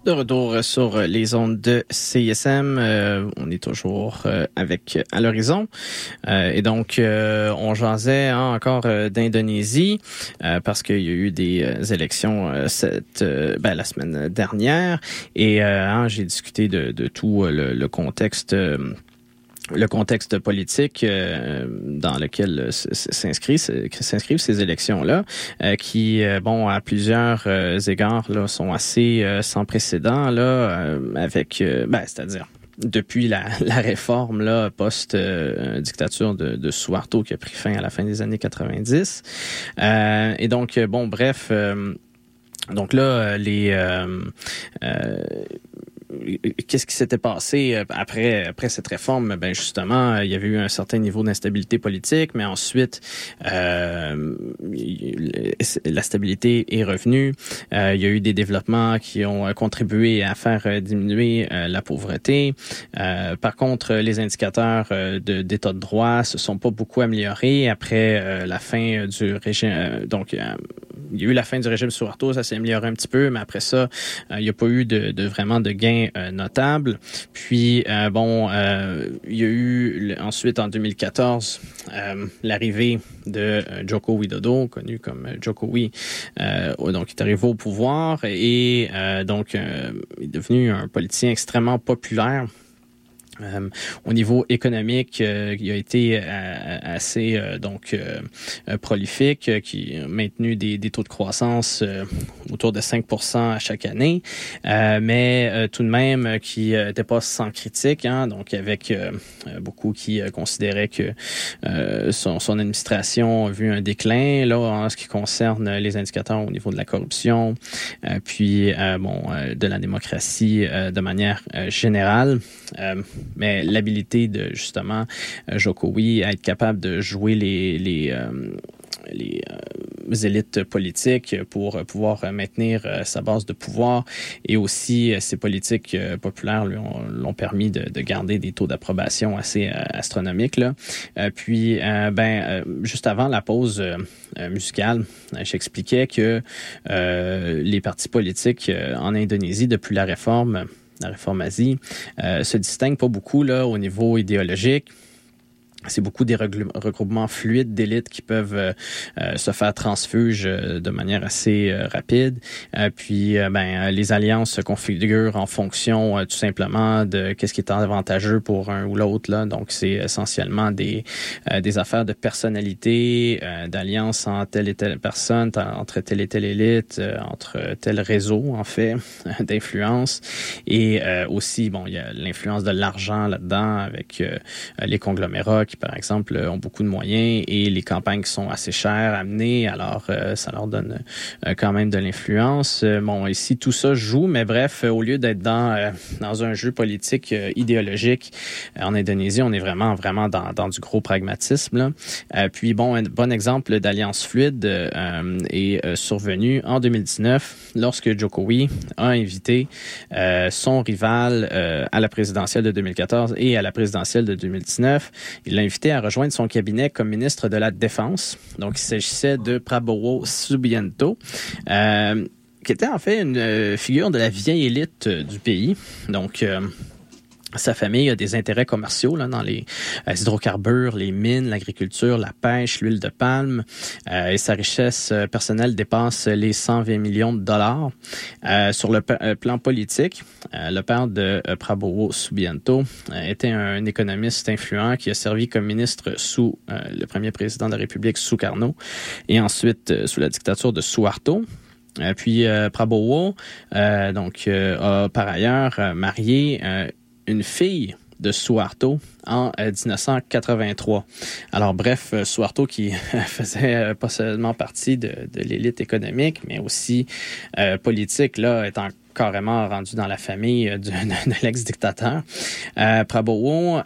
De retour sur les ondes de CISM, on est toujours avec À l'horizon. Et donc, on jasait encore d'Indonésie parce qu'il y a eu des élections la semaine dernière. Et j'ai discuté de tout le contexte. Le contexte politique dans lequel s'inscrivent ces élections-là, qui, à plusieurs égards, là, sont assez sans précédent, là, avec, c'est-à-dire depuis la réforme là post-dictature de Suharto qui a pris fin à la fin des années 90. Et donc, bref, donc là, qu'est-ce qui s'était passé après cette réforme? Ben justement, il y avait eu un certain niveau d'instabilité politique, mais ensuite la stabilité est revenue. Il y a eu des développements qui ont contribué à faire diminuer la pauvreté. Par contre, les indicateurs d'état de droit se sont pas beaucoup améliorés après la fin du régime. Il y a eu la fin du régime Suharto, ça s'est amélioré un petit peu, mais après ça, il n'y a pas eu vraiment de gains notables. Puis, il y a eu ensuite, en 2014, l'arrivée de Joko Widodo, connu comme Jokowi, donc il est arrivé au pouvoir et il est devenu un politicien extrêmement populaire. Au niveau économique, il a été assez prolifique, qui a maintenu des taux de croissance autour de 5% à chaque année, mais tout de même qui n'était pas sans critique, donc avec beaucoup qui considéraient que son administration a vu un déclin là en ce qui concerne les indicateurs au niveau de la corruption, puis de la démocratie de manière générale. Mais l'habilité de justement Jokowi à être capable de jouer les élites politiques pour pouvoir maintenir sa base de pouvoir et aussi ses politiques populaires lui l'ont permis de garder des taux d'approbation assez astronomiques là. Puis juste avant la pause musicale, j'expliquais que les partis politiques en Indonésie depuis la réforme Asie, se distingue pas beaucoup là au niveau idéologique. C'est beaucoup des regroupements fluides d'élites qui peuvent se faire transfuge de manière assez rapide. Puis les alliances se configurent en fonction tout simplement de qu'est-ce qui est avantageux pour un ou l'autre là. Donc c'est essentiellement des affaires de personnalité, d'alliance entre telle et telle personne, entre telle et telle élite, entre tel réseau en fait d'influence. Et aussi il y a l'influence de l'argent là-dedans avec les conglomérats qui, par exemple, ont beaucoup de moyens et les campagnes qui sont assez chères à mener, alors ça leur donne quand même de l'influence. Ici, tout ça joue, mais bref, au lieu d'être dans un jeu politique idéologique, en Indonésie, on est vraiment dans du gros pragmatisme, là. Puis, un bon exemple d'alliance fluide est survenu en 2019, lorsque Jokowi a invité son rival à la présidentielle de 2014 et à la présidentielle de 2019. Il l'a invité à rejoindre son cabinet comme ministre de la Défense. Donc, il s'agissait de Prabowo Subianto, qui était en fait une figure de la vieille élite du pays. Donc, sa famille a des intérêts commerciaux là, dans les hydrocarbures, les mines, l'agriculture, la pêche, l'huile de palme. Et sa richesse personnelle dépasse les 120 millions de dollars. Sur le plan politique, le père de Prabowo Subianto était un économiste influent qui a servi comme ministre sous le premier président de la République, Sukarno, et ensuite sous la dictature de Suharto. Puis Prabowo a par ailleurs marié une fille de Suharto en 1983. Alors bref, Suharto qui faisait pas seulement partie de l'élite économique, mais aussi politique, là, étant carrément rendu dans la famille de l'ex-dictateur. Prabowo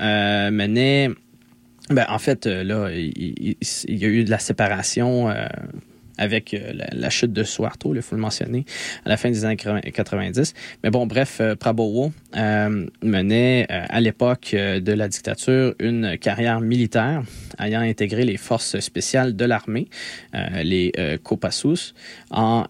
menait... il y a eu de la séparation avec la chute de Suharto, il faut le mentionner, à la fin des années 90. Mais bon, bref, Prabowo menait à l'époque de la dictature une carrière militaire, ayant intégré les forces spéciales de l'armée, les Kopassus, en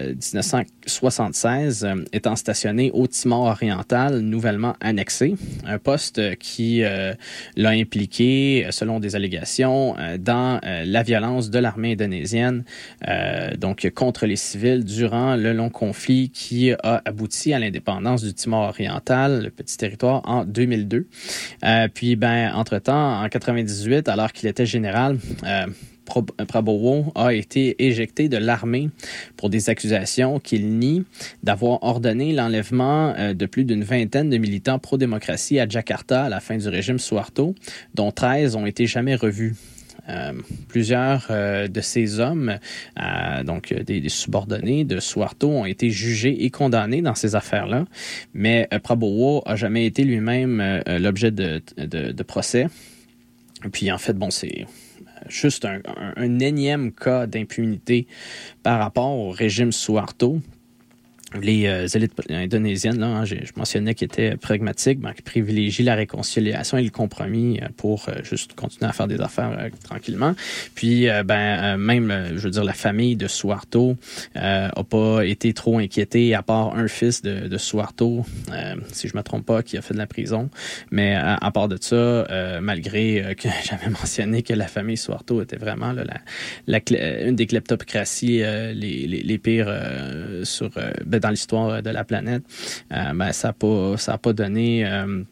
1976, étant stationné au Timor oriental, nouvellement annexé, un poste qui l'a impliqué, selon des allégations, dans la violence de l'armée indonésienne, donc contre les civils durant le long conflit qui a abouti à l'indépendance du Timor oriental, le petit territoire, en 2002. Puis, entre-temps, en 98, alors qu'il était général, Prabowo a été éjecté de l'armée pour des accusations qu'il nie d'avoir ordonné l'enlèvement de plus d'une vingtaine de militants pro-démocratie à Jakarta à la fin du régime Suharto, dont 13 ont été jamais revus. Plusieurs de ces hommes, donc des subordonnés de Suharto, ont été jugés et condamnés dans ces affaires-là, mais Prabowo a jamais été lui-même l'objet de procès. Puis en fait, c'est juste un énième cas d'impunité par rapport au régime Suharto. Les élites indonésiennes, là, je mentionnais, qui étaient pragmatiques, qui privilégient la réconciliation et le compromis pour juste continuer à faire des affaires tranquillement. Puis, même, la famille de Suharto a pas été trop inquiétée, à part un fils de Suharto, si je me trompe pas, qui a fait de la prison. Mais à part de ça, malgré que j'avais mentionné que la famille Suharto était vraiment là, une des kleptocraties les pires dans l'histoire de la planète, ça a pas donné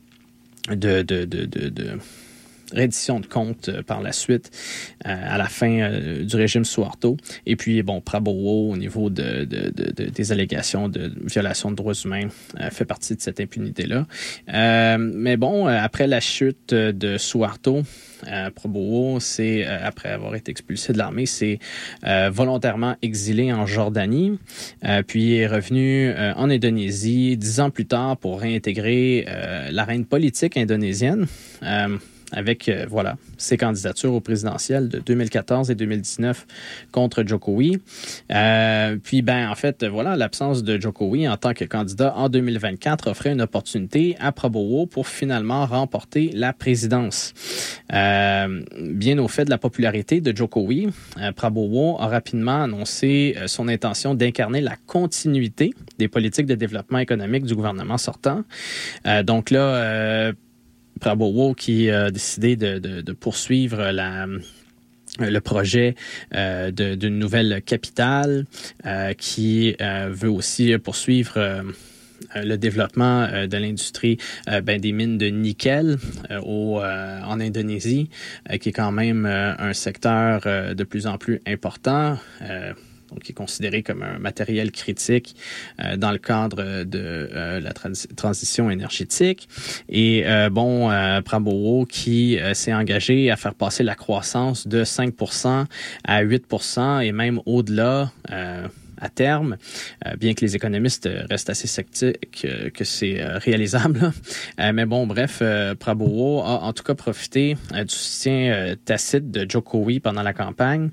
de reddition de comptes par la suite à la fin du régime Suharto. Et puis, Prabowo, au niveau des allégations de violation de droits humains, fait partie de cette impunité-là. Mais après la chute de Suharto, Prabowo, après avoir été expulsé de l'armée, s'est volontairement exilé en Jordanie, puis est revenu en Indonésie 10 ans plus tard pour réintégrer l'arène politique indonésienne. Avec ses candidatures au présidentiel de 2014 et 2019 contre Jokowi. Puis l'absence de Jokowi en tant que candidat en 2024 offrait une opportunité à Prabowo pour finalement remporter la présidence. Bien au fait de la popularité de Jokowi, Prabowo a rapidement annoncé son intention d'incarner la continuité des politiques de développement économique du gouvernement sortant. Donc là, Prabowo qui a décidé de poursuivre le projet d'une nouvelle capitale, qui veut aussi poursuivre le développement de l'industrie des mines de nickel en Indonésie, qui est quand même un secteur de plus en plus important. Donc, qui est considéré comme un matériel critique dans le cadre de la transition énergétique. Et Prabowo qui s'est engagé à faire passer la croissance de 5% à 8% et même au-delà à terme, bien que les économistes restent assez sceptiques que c'est réalisable. Prabowo a en tout cas profité du soutien tacite de Jokowi pendant la campagne,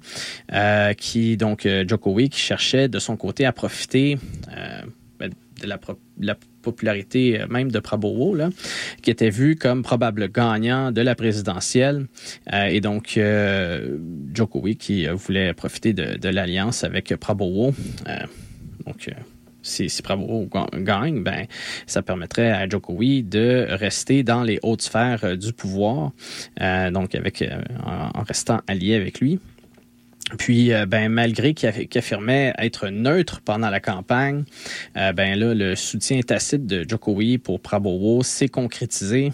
Jokowi qui cherchait de son côté à profiter de la popularité même de Prabowo, là, qui était vu comme probable gagnant de la présidentielle. Et donc, Jokowi qui voulait profiter de l'alliance avec Prabowo. Si Prabowo gagne, ça permettrait à Jokowi de rester dans les hautes sphères du pouvoir, en restant allié avec lui. Puis, malgré qu'il affirmait être neutre pendant la campagne, le soutien tacite de Jokowi pour Prabowo s'est concrétisé.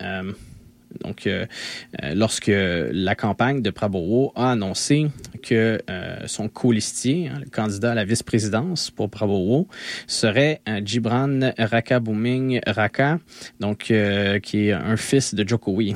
Lorsque la campagne de Prabowo a annoncé que son colistier, le candidat à la vice-présidence pour Prabowo, serait Gibran Rakabuming Raka, qui est un fils de Jokowi.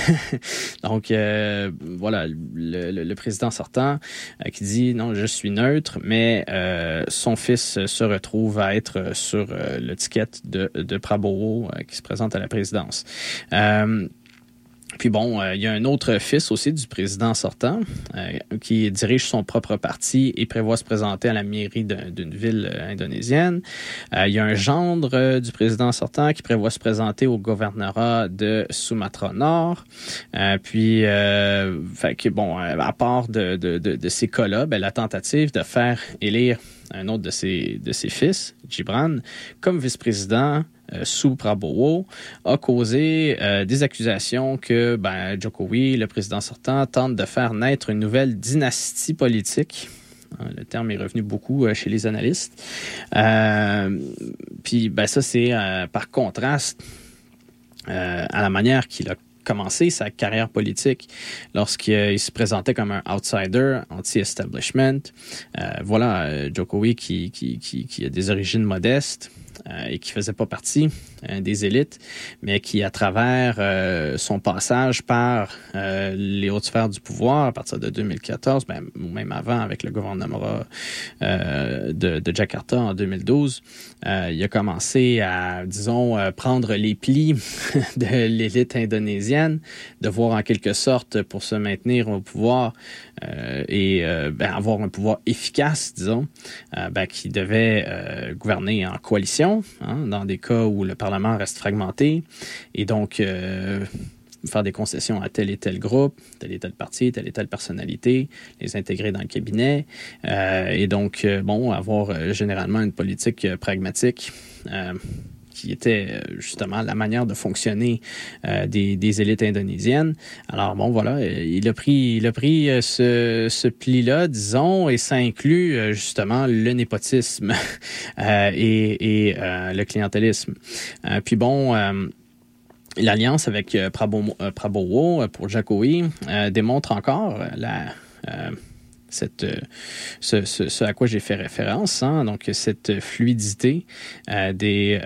Le président sortant qui dit non, je suis neutre, mais son fils se retrouve à être sur le ticket de Prabowo qui se présente à la présidence. Puis bon, il y a un autre fils aussi du président sortant qui dirige son propre parti et prévoit se présenter à la mairie d'une ville indonésienne. Il y a un gendre du président sortant qui prévoit se présenter au gouvernorat de Sumatra Nord. Puis, fait que bon, à part de ces cas-là, ben, la tentative de faire élire un autre de ses fils, Gibran, comme vice-président sous Prabowo, a causé des accusations que Jokowi, le président sortant, tente de faire naître une nouvelle dynastie politique. Le terme est revenu beaucoup chez les analystes. Puis ça, c'est par contraste à la manière qu'il a commencé sa carrière politique lorsqu'il se présentait comme un outsider anti-establishment. Jokowi qui a des origines modestes et qui faisait pas partie des élites, mais qui, à travers son passage par les hautes sphères du pouvoir à partir de 2014, ou même avant avec le gouvernement de Jakarta en 2012, il a commencé à, disons, prendre les plis de l'élite indonésienne, de voir en quelque sorte, pour se maintenir au pouvoir et avoir un pouvoir efficace, disons, qui devait gouverner en coalition, dans des cas où le Parlement reste fragmenté, et donc faire des concessions à tel et tel groupe, tel et tel parti, telle et telle personnalité, les intégrer dans le cabinet, et donc, avoir généralement une politique pragmatique qui était justement la manière de fonctionner des élites indonésiennes. Alors il a pris ce pli-là, disons, et ça inclut justement le népotisme et le clientélisme. L'alliance avec Prabowo pour Jokowi démontre encore ce à quoi j'ai fait référence, donc cette fluidité des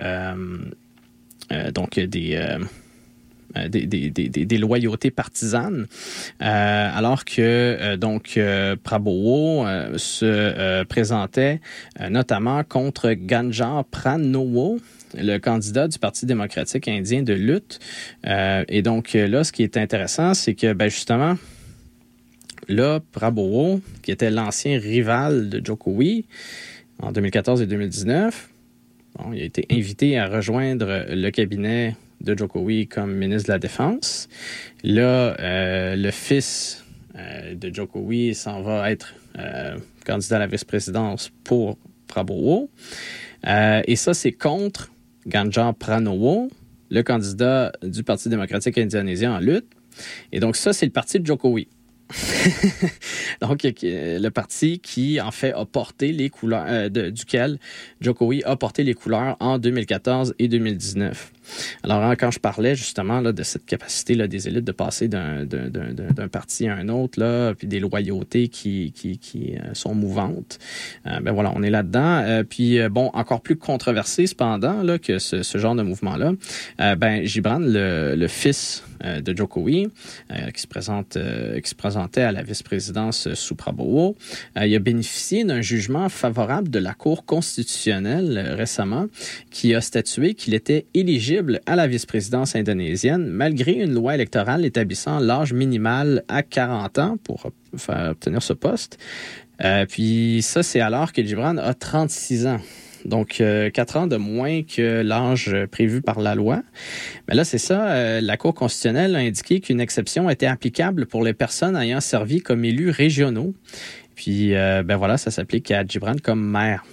loyautés partisanes, alors que Prabowo se présentait notamment contre Ganjar Pranowo, le candidat du Parti démocratique indien de lutte. Et donc là, ce qui est intéressant, c'est que justement, là, Prabowo, qui était l'ancien rival de Jokowi en 2014 et 2019, il a été invité à rejoindre le cabinet de Jokowi comme ministre de la Défense. Là, le fils de Jokowi s'en va être candidat à la vice-présidence pour Prabowo. Et ça, c'est contre Ganjar Pranowo, le candidat du Parti démocratique indonésien en lutte. Et donc ça, c'est le parti de Jokowi. Donc, le parti qui, en fait, a porté les couleurs, duquel Jokowi a porté les couleurs en 2014 et 2019. Alors, quand je parlais justement là, de cette capacité là, des élites de passer d'un parti à un autre, là, puis des loyautés qui sont mouvantes, on est là-dedans. Encore plus controversé cependant là, que ce genre de mouvement-là, Gibran, le fils de Jokowi, qui se présentait à la vice-présidence sous Prabowo, il a bénéficié d'un jugement favorable de la Cour constitutionnelle récemment, qui a statué qu'il était éligible à la vice-présidence indonésienne, malgré une loi électorale établissant l'âge minimal à 40 ans pour obtenir ce poste. Puis ça, c'est alors que Gibran a 36 ans. Donc, 4 ans de moins que l'âge prévu par la loi. Mais là, c'est ça, la Cour constitutionnelle a indiqué qu'une exception était applicable pour les personnes ayant servi comme élus régionaux. Puis, ça s'applique à Gibran comme maire.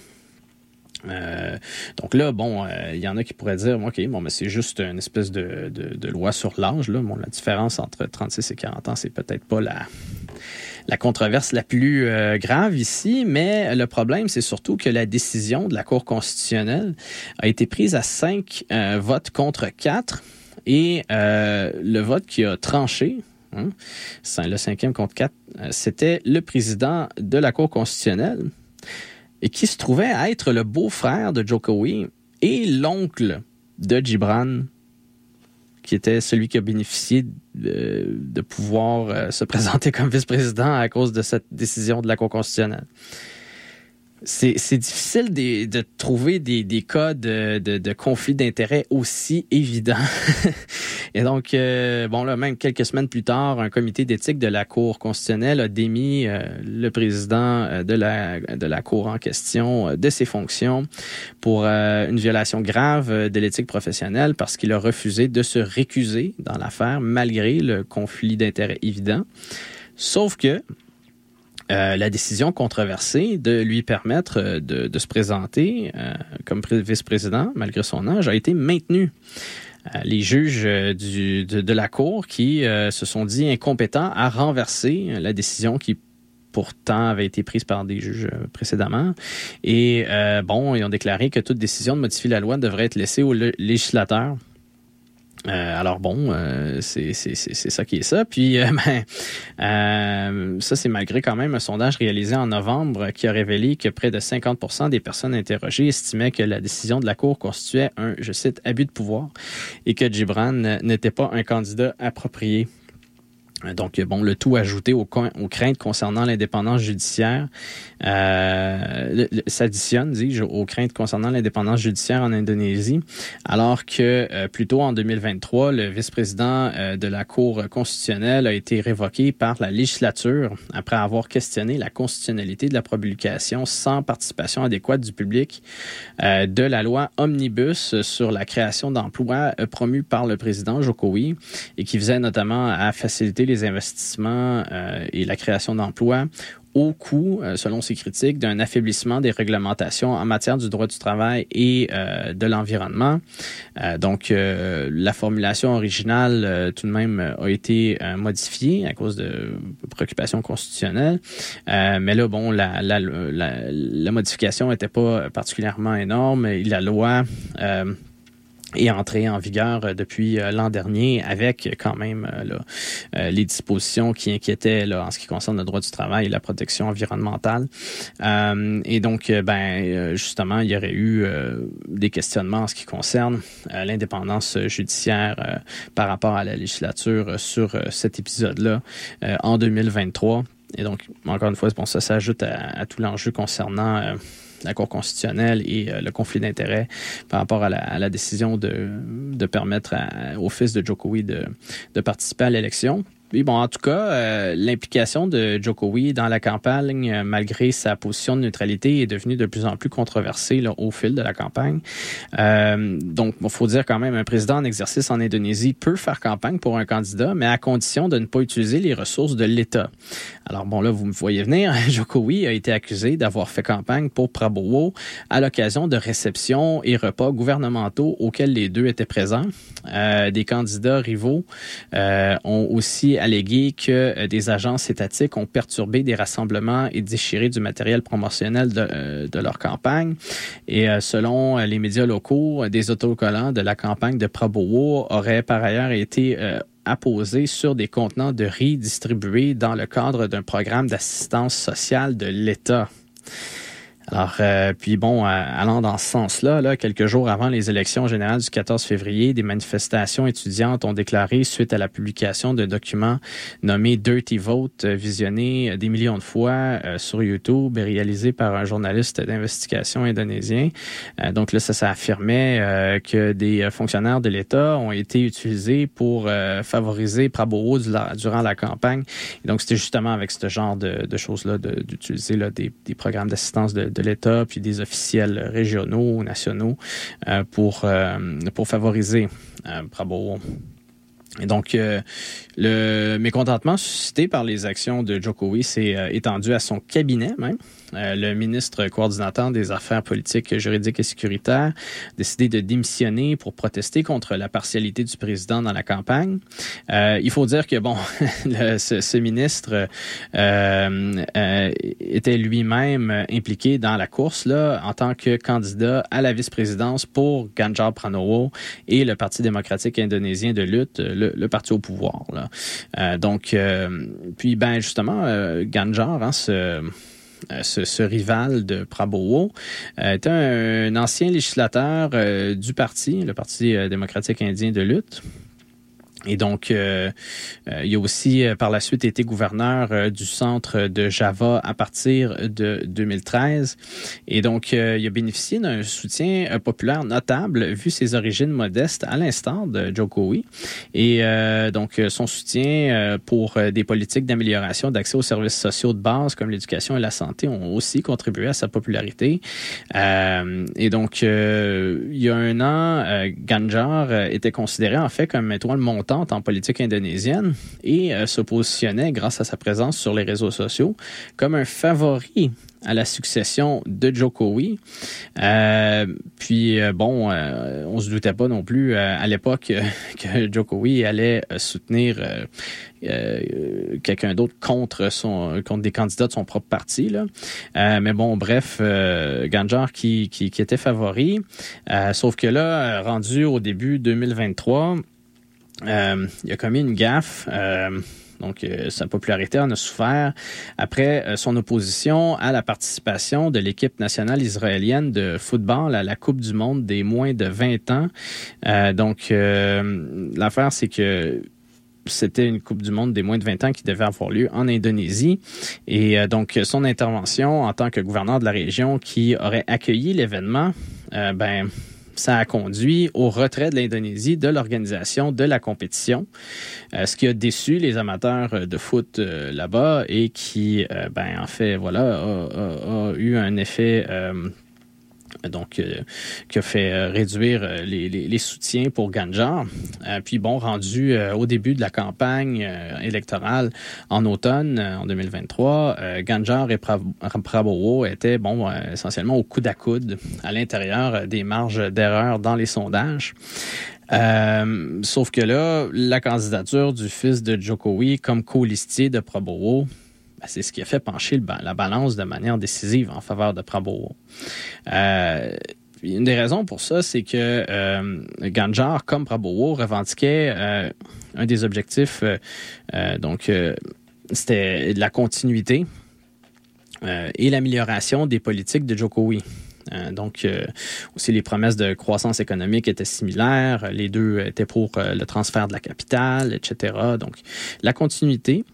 Donc là, il y en a qui pourraient dire, mais c'est juste une espèce de loi sur l'âge, là. La différence entre 36 et 40 ans, c'est peut-être pas la controverse la plus grave ici, mais le problème, c'est surtout que la décision de la Cour constitutionnelle a été prise à 5 votes contre 4, et le vote qui a tranché, le 5e contre 4, c'était le président de la Cour constitutionnelle, et qui se trouvait à être le beau-frère de Jokowi et l'oncle de Gibran, qui était celui qui a bénéficié de pouvoir se présenter comme vice-président à cause de cette décision de la Cour constitutionnelle. C'est difficile de trouver des cas de conflit d'intérêts aussi évidents. Et donc, même quelques semaines plus tard, un comité d'éthique de la Cour constitutionnelle a démis le président de la Cour en question de ses fonctions pour une violation grave de l'éthique professionnelle parce qu'il a refusé de se récuser dans l'affaire malgré le conflit d'intérêts évident. Sauf que la décision controversée de lui permettre de se présenter comme vice-président, malgré son âge, a été maintenue. Les juges de la Cour qui se sont dit incompétents à renverser la décision qui pourtant avait été prise par des juges précédemment. Et ils ont déclaré que toute décision de modifier la loi devrait être laissée aux législateurs. C'est ça qui est ça. Puis, ça, c'est malgré quand même un sondage réalisé en novembre qui a révélé que près de 50% des personnes interrogées estimaient que la décision de la Cour constituait un, je cite, abus de pouvoir et que Gibran n'était pas un candidat approprié. Donc, le tout ajouté aux craintes concernant l'indépendance judiciaire, s'additionne, dis-je, aux craintes concernant l'indépendance judiciaire en Indonésie, alors que plus tôt en 2023, le vice-président de la Cour constitutionnelle a été révoqué par la législature après avoir questionné la constitutionnalité de la promulgation sans participation adéquate du public de la loi Omnibus sur la création d'emplois promue par le président Jokowi et qui visait notamment à faciliter les investissements et la création d'emplois au coût, selon ses critiques, d'un affaiblissement des réglementations en matière du droit du travail et de l'environnement. La formulation originale, tout de même, a été modifiée à cause de préoccupations constitutionnelles. Mais là, la modification n'était pas particulièrement énorme et la loi est entrée en vigueur depuis l'an dernier avec quand même les dispositions qui inquiétaient en ce qui concerne le droit du travail et la protection environnementale. Justement, il y aurait eu des questionnements en ce qui concerne l'indépendance judiciaire par rapport à la législature sur cet épisode-là en 2023. Et donc, encore une fois, ça s'ajoute à tout l'enjeu concernant la Cour constitutionnelle et le conflit d'intérêts par rapport à la décision de permettre au fils de Jokowi de participer à l'élection. Oui, en tout cas, l'implication de Jokowi dans la campagne, malgré sa position de neutralité, est devenue de plus en plus controversée au fil de la campagne. Donc, il faut dire quand même, un président en exercice en Indonésie peut faire campagne pour un candidat, mais à condition de ne pas utiliser les ressources de l'État. Alors, là, vous me voyez venir, Jokowi a été accusé d'avoir fait campagne pour Prabowo à l'occasion de réceptions et repas gouvernementaux auxquels les deux étaient présents. Des candidats rivaux ont aussi allégué que des agences étatiques ont perturbé des rassemblements et déchiré du matériel promotionnel de leur campagne. Et selon les médias locaux, des autocollants de la campagne de Prabowo auraient par ailleurs été apposés sur des contenants de riz distribués dans le cadre d'un programme d'assistance sociale de l'État. Alors, allant dans ce sens-là, quelques jours avant les élections générales du 14 février, des manifestations étudiantes ont déclaré, suite à la publication d'un document nommé Dirty Vote, visionné des millions de fois sur YouTube et réalisé par un journaliste d'investigation indonésien. Donc là, ça affirmait que des fonctionnaires de l'État ont été utilisés pour favoriser Prabowo durant la campagne. Et donc, c'était justement avec ce genre de choses-là, d'utiliser des programmes d'assistance de l'État, puis des officiels régionaux, nationaux, pour favoriser Prabowo. Et donc, le mécontentement suscité par les actions de Jokowi s'est étendu à son cabinet même. Le ministre coordinateur des affaires politiques, juridiques et sécuritaires a décidé de démissionner pour protester contre la partialité du président dans la campagne. Il faut dire que, ce ministre était lui-même impliqué dans la course là en tant que candidat à la vice-présidence pour Ganjar Pranowo et le Parti démocratique indonésien de lutte, le parti au pouvoir. Là. Ganjar, ce rival de Prabowo, était un ancien législateur du parti, le Parti démocratique indien de lutte. Et donc, il a aussi par la suite été gouverneur du centre de Java à partir de 2013. Et donc, il a bénéficié d'un soutien populaire notable vu ses origines modestes, à l'instar de Joe Cowie. Et donc, son soutien pour des politiques d'amélioration d'accès aux services sociaux de base comme l'éducation et la santé ont aussi contribué à sa popularité. Et donc, il y a un an, Ganjar était considéré en fait comme étoile montante en politique indonésienne et se positionnait, grâce à sa présence sur les réseaux sociaux, comme un favori à la succession de Joe Cowie. On se doutait pas non plus à l'époque que Joe Cowie allait soutenir quelqu'un d'autre contre des candidats de son propre parti, là. Mais bon, bref, Ganjar qui était favori. Sauf que là, rendu au début 2023, il a commis une gaffe. Donc, sa popularité en a souffert après son opposition à la participation de l'équipe nationale israélienne de football à la Coupe du monde des moins de 20 ans. L'affaire, c'est que c'était une Coupe du monde des moins de 20 ans qui devait avoir lieu en Indonésie. Et donc, son intervention en tant que gouverneur de la région qui aurait accueilli l'événement, ça a conduit au retrait de l'Indonésie de l'organisation de la compétition, ce qui a déçu les amateurs de foot là-bas et qui, a eu un effet qui a fait réduire les soutiens pour Ganjar. Rendu au début de la campagne électorale en automne, en 2023, Ganjar et Prabowo étaient essentiellement au coude à coude à l'intérieur des marges d'erreur dans les sondages. Sauf que là, la candidature du fils de Joe Cowie comme colistier de Prabowo, c'est ce qui a fait pencher la balance de manière décisive en faveur de Prabowo. Une des raisons pour ça, c'est que Ganjar, comme Prabowo, revendiquait un des objectifs, c'était de la continuité et l'amélioration des politiques de Joe Cowie. Aussi les promesses de croissance économique étaient similaires, les deux étaient pour le transfert de la capitale, etc. Donc, la continuité.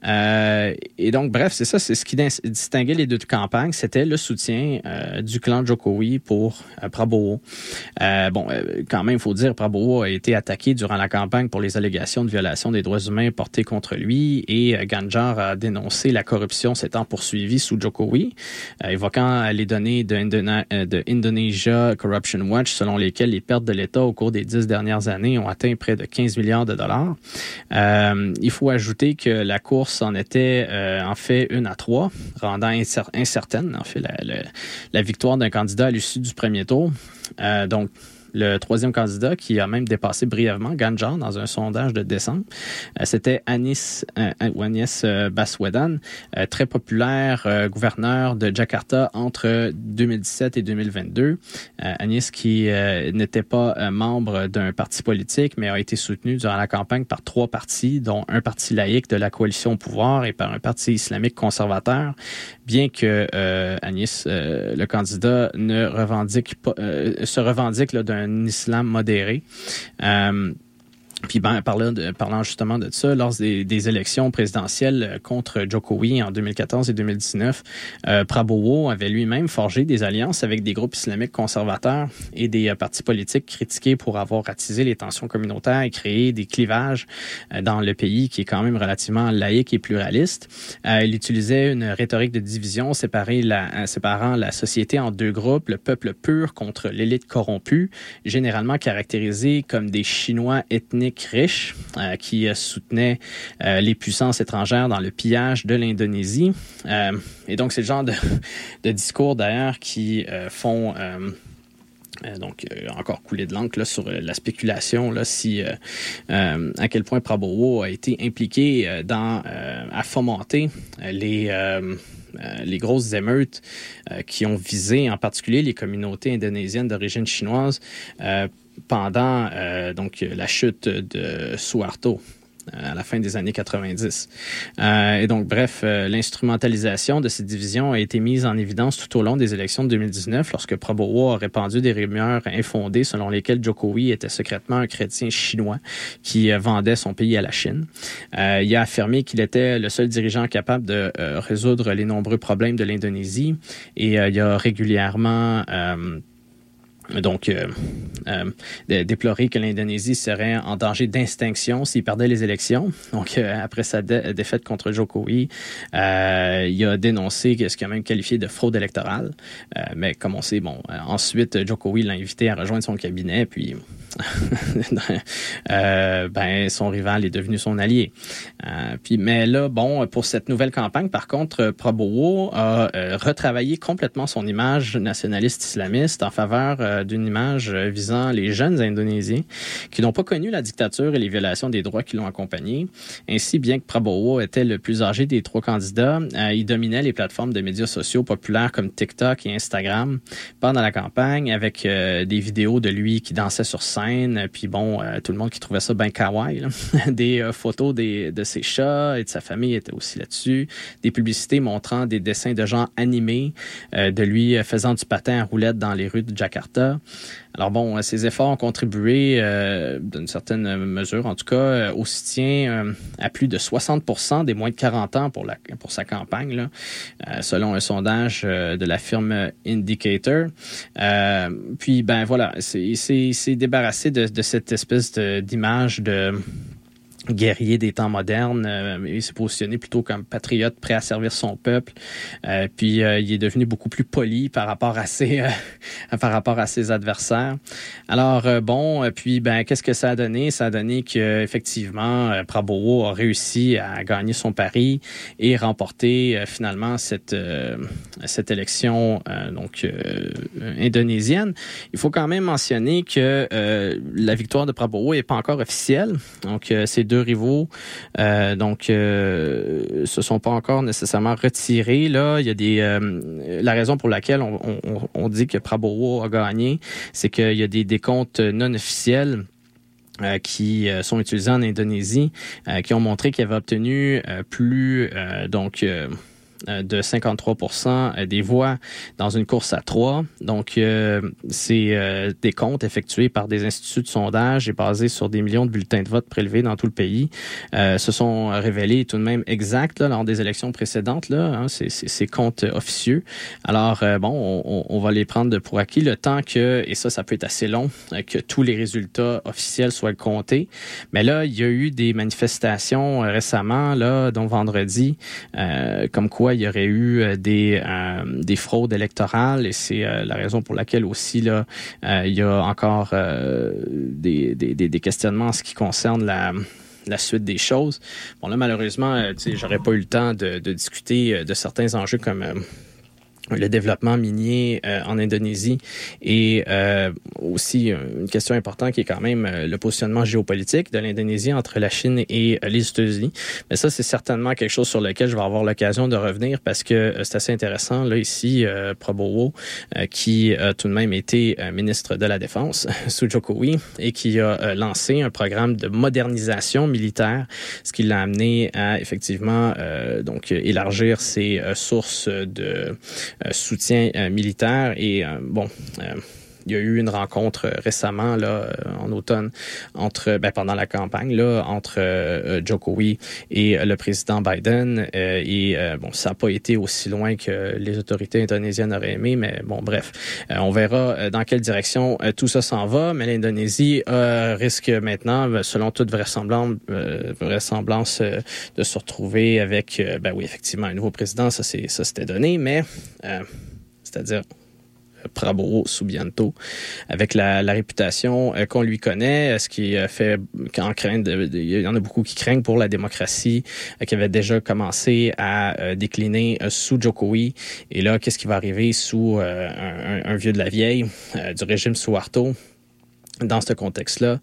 Et donc, bref, c'est ça, c'est ce qui distinguait les deux campagnes, c'était le soutien du clan Joe Cowie pour Prabowo. Quand même, il faut dire, Prabowo a été attaqué durant la campagne pour les allégations de violation des droits humains portées contre lui et Ganjar a dénoncé la corruption s'étant poursuivie sous Joe Cowie, évoquant les données de Indonesia Corruption Watch, selon lesquelles les pertes de l'État au cours des 10 dernières années ont atteint près de 15 milliards de dollars. Il faut ajouter que la course en était en fait 1-3, rendant incertaine en fait la victoire d'un candidat à l'issue du premier tour. Donc, le troisième candidat, qui a même dépassé brièvement Ganjar dans un sondage de décembre, c'était Anies Baswedan, très populaire gouverneur de Jakarta entre 2017 et 2022. Anies qui n'était pas membre d'un parti politique, mais a été soutenu durant la campagne par 3 partis, dont un parti laïque de la coalition au pouvoir et par un parti islamique conservateur, bien que Anies, le candidat, se revendique d'un islam modéré. Parlant justement de ça, lors des élections présidentielles contre Joe Cowie en 2014 et 2019, Prabowo avait lui-même forgé des alliances avec des groupes islamiques conservateurs et des partis politiques critiqués pour avoir attisé les tensions communautaires et créé des clivages dans le pays qui est quand même relativement laïque et pluraliste. Il utilisait une rhétorique de division séparant la société en 2 groupes, le peuple pur contre l'élite corrompue, généralement caractérisée comme des Chinois ethniques riches qui soutenaient les puissances étrangères dans le pillage de l'Indonésie. Et donc, c'est le genre de discours, d'ailleurs, qui font... encore couler de l'encre là, sur la spéculation, là, à quel point Prabowo a été impliqué à fomenter les grosses émeutes qui ont visé en particulier les communautés indonésiennes d'origine chinoise pendant la chute de Suharto. à la fin des années 90. Et donc, bref, l'instrumentalisation de cette division a été mise en évidence tout au long des élections de 2019 lorsque Prabowo a répandu des rumeurs infondées selon lesquelles Jokowi était secrètement un chrétien chinois qui vendait son pays à la Chine. Il a affirmé qu'il était le seul dirigeant capable de résoudre les nombreux problèmes de l'Indonésie et il a régulièrement déplorer que l'Indonésie serait en danger d'extinction s'il perdait les élections. Donc, après sa défaite contre Jokowi, il a dénoncé ce qu'il a même qualifié de fraude électorale. Mais comme on sait, ensuite, Jokowi l'a invité à rejoindre son cabinet, puis son rival est devenu son allié. Mais là, pour cette nouvelle campagne, par contre, Prabowo a retravaillé complètement son image nationaliste islamiste en faveur d'une image visant les jeunes Indonésiens qui n'ont pas connu la dictature et les violations des droits qui l'ont accompagné. Ainsi, bien que Prabowo était le plus âgé des trois candidats, il dominait les plateformes de médias sociaux populaires comme TikTok et Instagram pendant la campagne avec des vidéos de lui qui dansait sur scène, puis tout le monde qui trouvait ça bien kawaii. Des photos de ses chats et de sa famille étaient aussi là-dessus. Des publicités montrant des dessins de gens animés, de lui faisant du patin à roulettes dans les rues de Jakarta. Alors ces efforts ont contribué, d'une certaine mesure en tout cas, au soutien à plus de 60% des moins de 40 ans pour sa campagne, là, selon un sondage de la firme Indicator. Il s'est débarrassé de cette espèce d'image de guerrier des temps modernes. Il s'est positionné plutôt comme patriote prêt à servir son peuple. Il est devenu beaucoup plus poli par rapport à ses adversaires. Alors qu'est-ce que ça a donné? Ça a donné qu'effectivement, Prabowo a réussi à gagner son pari et remporter finalement cette élection indonésienne. Il faut quand même mentionner que la victoire de Prabowo n'est pas encore officielle. Donc, ces deux rivaux se sont pas encore nécessairement retirés. Là, il y a la raison pour laquelle on dit que Prabowo a gagné, c'est qu'il y a des décomptes non officiels qui sont utilisés en Indonésie, qui ont montré qu'il avait obtenu de 53% des voix dans une course à 3. Donc, c'est des comptes effectués par des instituts de sondage et basés sur des millions de bulletins de vote prélevés dans tout le pays se sont révélés tout de même exacts lors des élections précédentes. Ces comptes officieux. Alors, on va les prendre pour acquis le temps et ça peut être assez long, que tous les résultats officiels soient comptés. Mais là, il y a eu des manifestations récemment, dont vendredi, comme quoi il y aurait eu des fraudes électorales et c'est la raison pour laquelle aussi il y a encore des questionnements en ce qui concerne la suite des choses. Bon là malheureusement, j'aurais pas eu le temps de discuter de certains enjeux comme le développement minier en Indonésie et aussi une question importante qui est quand même le positionnement géopolitique de l'Indonésie entre la Chine et les États-Unis. Mais ça, c'est certainement quelque chose sur lequel je vais avoir l'occasion de revenir parce que c'est assez intéressant. Là, ici, Prabowo, qui a tout de même été ministre de la Défense sous Jokowi et qui a lancé un programme de modernisation militaire, ce qui l'a amené à effectivement élargir ses sources de soutien militaire et il y a eu une rencontre récemment en automne pendant la campagne entre Jokowi et le président Biden ça n'a pas été aussi loin que les autorités indonésiennes auraient aimé, mais on verra dans quelle direction tout ça s'en va, mais l'Indonésie risque maintenant, selon toute vraisemblance, de se retrouver avec effectivement un nouveau président, ça c'était donné, mais c'est-à-dire Prabowo Subianto, avec la réputation qu'on lui connaît, ce qui fait il y en a beaucoup qui craignent pour la démocratie, qui avait déjà commencé à décliner sous Jokowi. Et là, qu'est-ce qui va arriver sous un vieux de la vieille du régime Suharto? Dans ce contexte-là,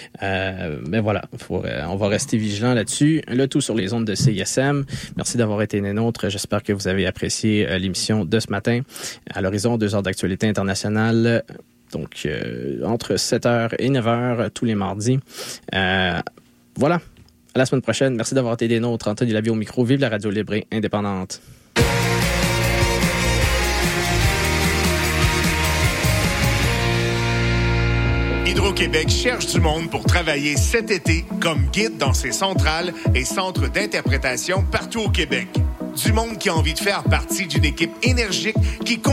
on va rester vigilant là-dessus. Le tout sur les ondes de CISM. Merci d'avoir été des nôtres. J'espère que vous avez apprécié l'émission de ce matin. À l'horizon, 2 heures d'actualité internationale. Donc, entre 7h et 9h tous les mardis. À la semaine prochaine. Merci d'avoir été des nôtres. Anthony Lavie au micro. Vive la radio libre et indépendante. Hydro-Québec cherche du monde pour travailler cet été comme guide dans ses centrales et centres d'interprétation partout au Québec. Du monde qui a envie de faire partie d'une équipe énergique qui